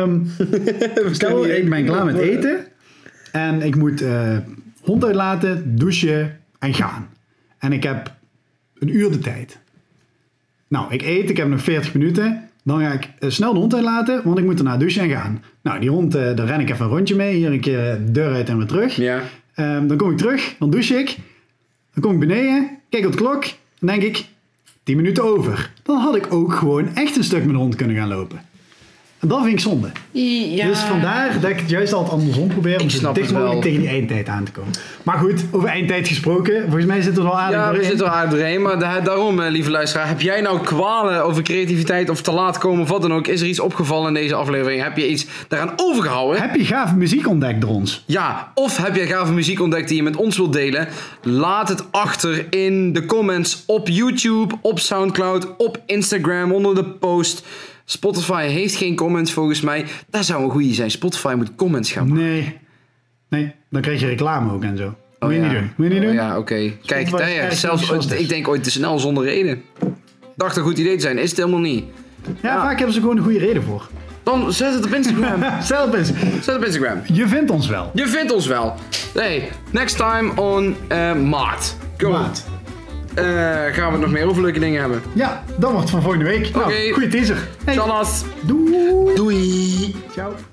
ik ben klaar met eten. En ik moet hond uitlaten, douchen en gaan. En ik heb een uur de tijd. Nou, ik eet, ik heb nog 40 minuten. Dan ga ik snel de hond uitlaten, want ik moet daarna douchen en gaan. Nou, die hond, daar ren ik even een rondje mee. Hier een keer de deur uit en weer terug. Ja. Dan kom ik terug, dan douche ik. Dan kom ik beneden, kijk op de klok. Dan denk ik, 10 minuten over. Dan had ik ook gewoon echt een stuk met de hond kunnen gaan lopen. En dat vind ik zonde. Ja. Dus vandaar dat ik het juist altijd andersom probeer om zo dicht mogelijk tegen die eindtijd aan te komen. Maar goed, over eindtijd gesproken. Volgens mij zit er wel aardig doorheen. Ja, we zitten er aardig doorheen. Maar daarom, lieve luisteraar. Heb jij nou kwalen over creativiteit of te laat komen of wat dan ook? Is er iets opgevallen in deze aflevering? Heb je iets daaraan overgehouden? Heb je gave muziek ontdekt door ons? Ja, of heb je gave muziek ontdekt die je met ons wilt delen? Laat het achter in de comments op YouTube, op Soundcloud, op Instagram, onder de post. Spotify heeft geen comments volgens mij. Dat zou een goeie zijn. Spotify moet comments gaan maken. Nee, dan krijg je reclame ook en zo. Moet je niet doen. Ja, oké. Kijk, ik denk ooit te snel zonder reden. Dacht een goed idee te zijn, is het helemaal niet. Ja, vaak hebben ze gewoon een goede reden voor. Dan zet het op Instagram. Zet op Instagram. Je vindt ons wel. Hey, next time on Maart. Maart. Gaan we het nog meer over leuke dingen hebben? Ja, dat wordt van volgende week. Oké. Goeie teaser. Hey. Doei. Doei. Ciao.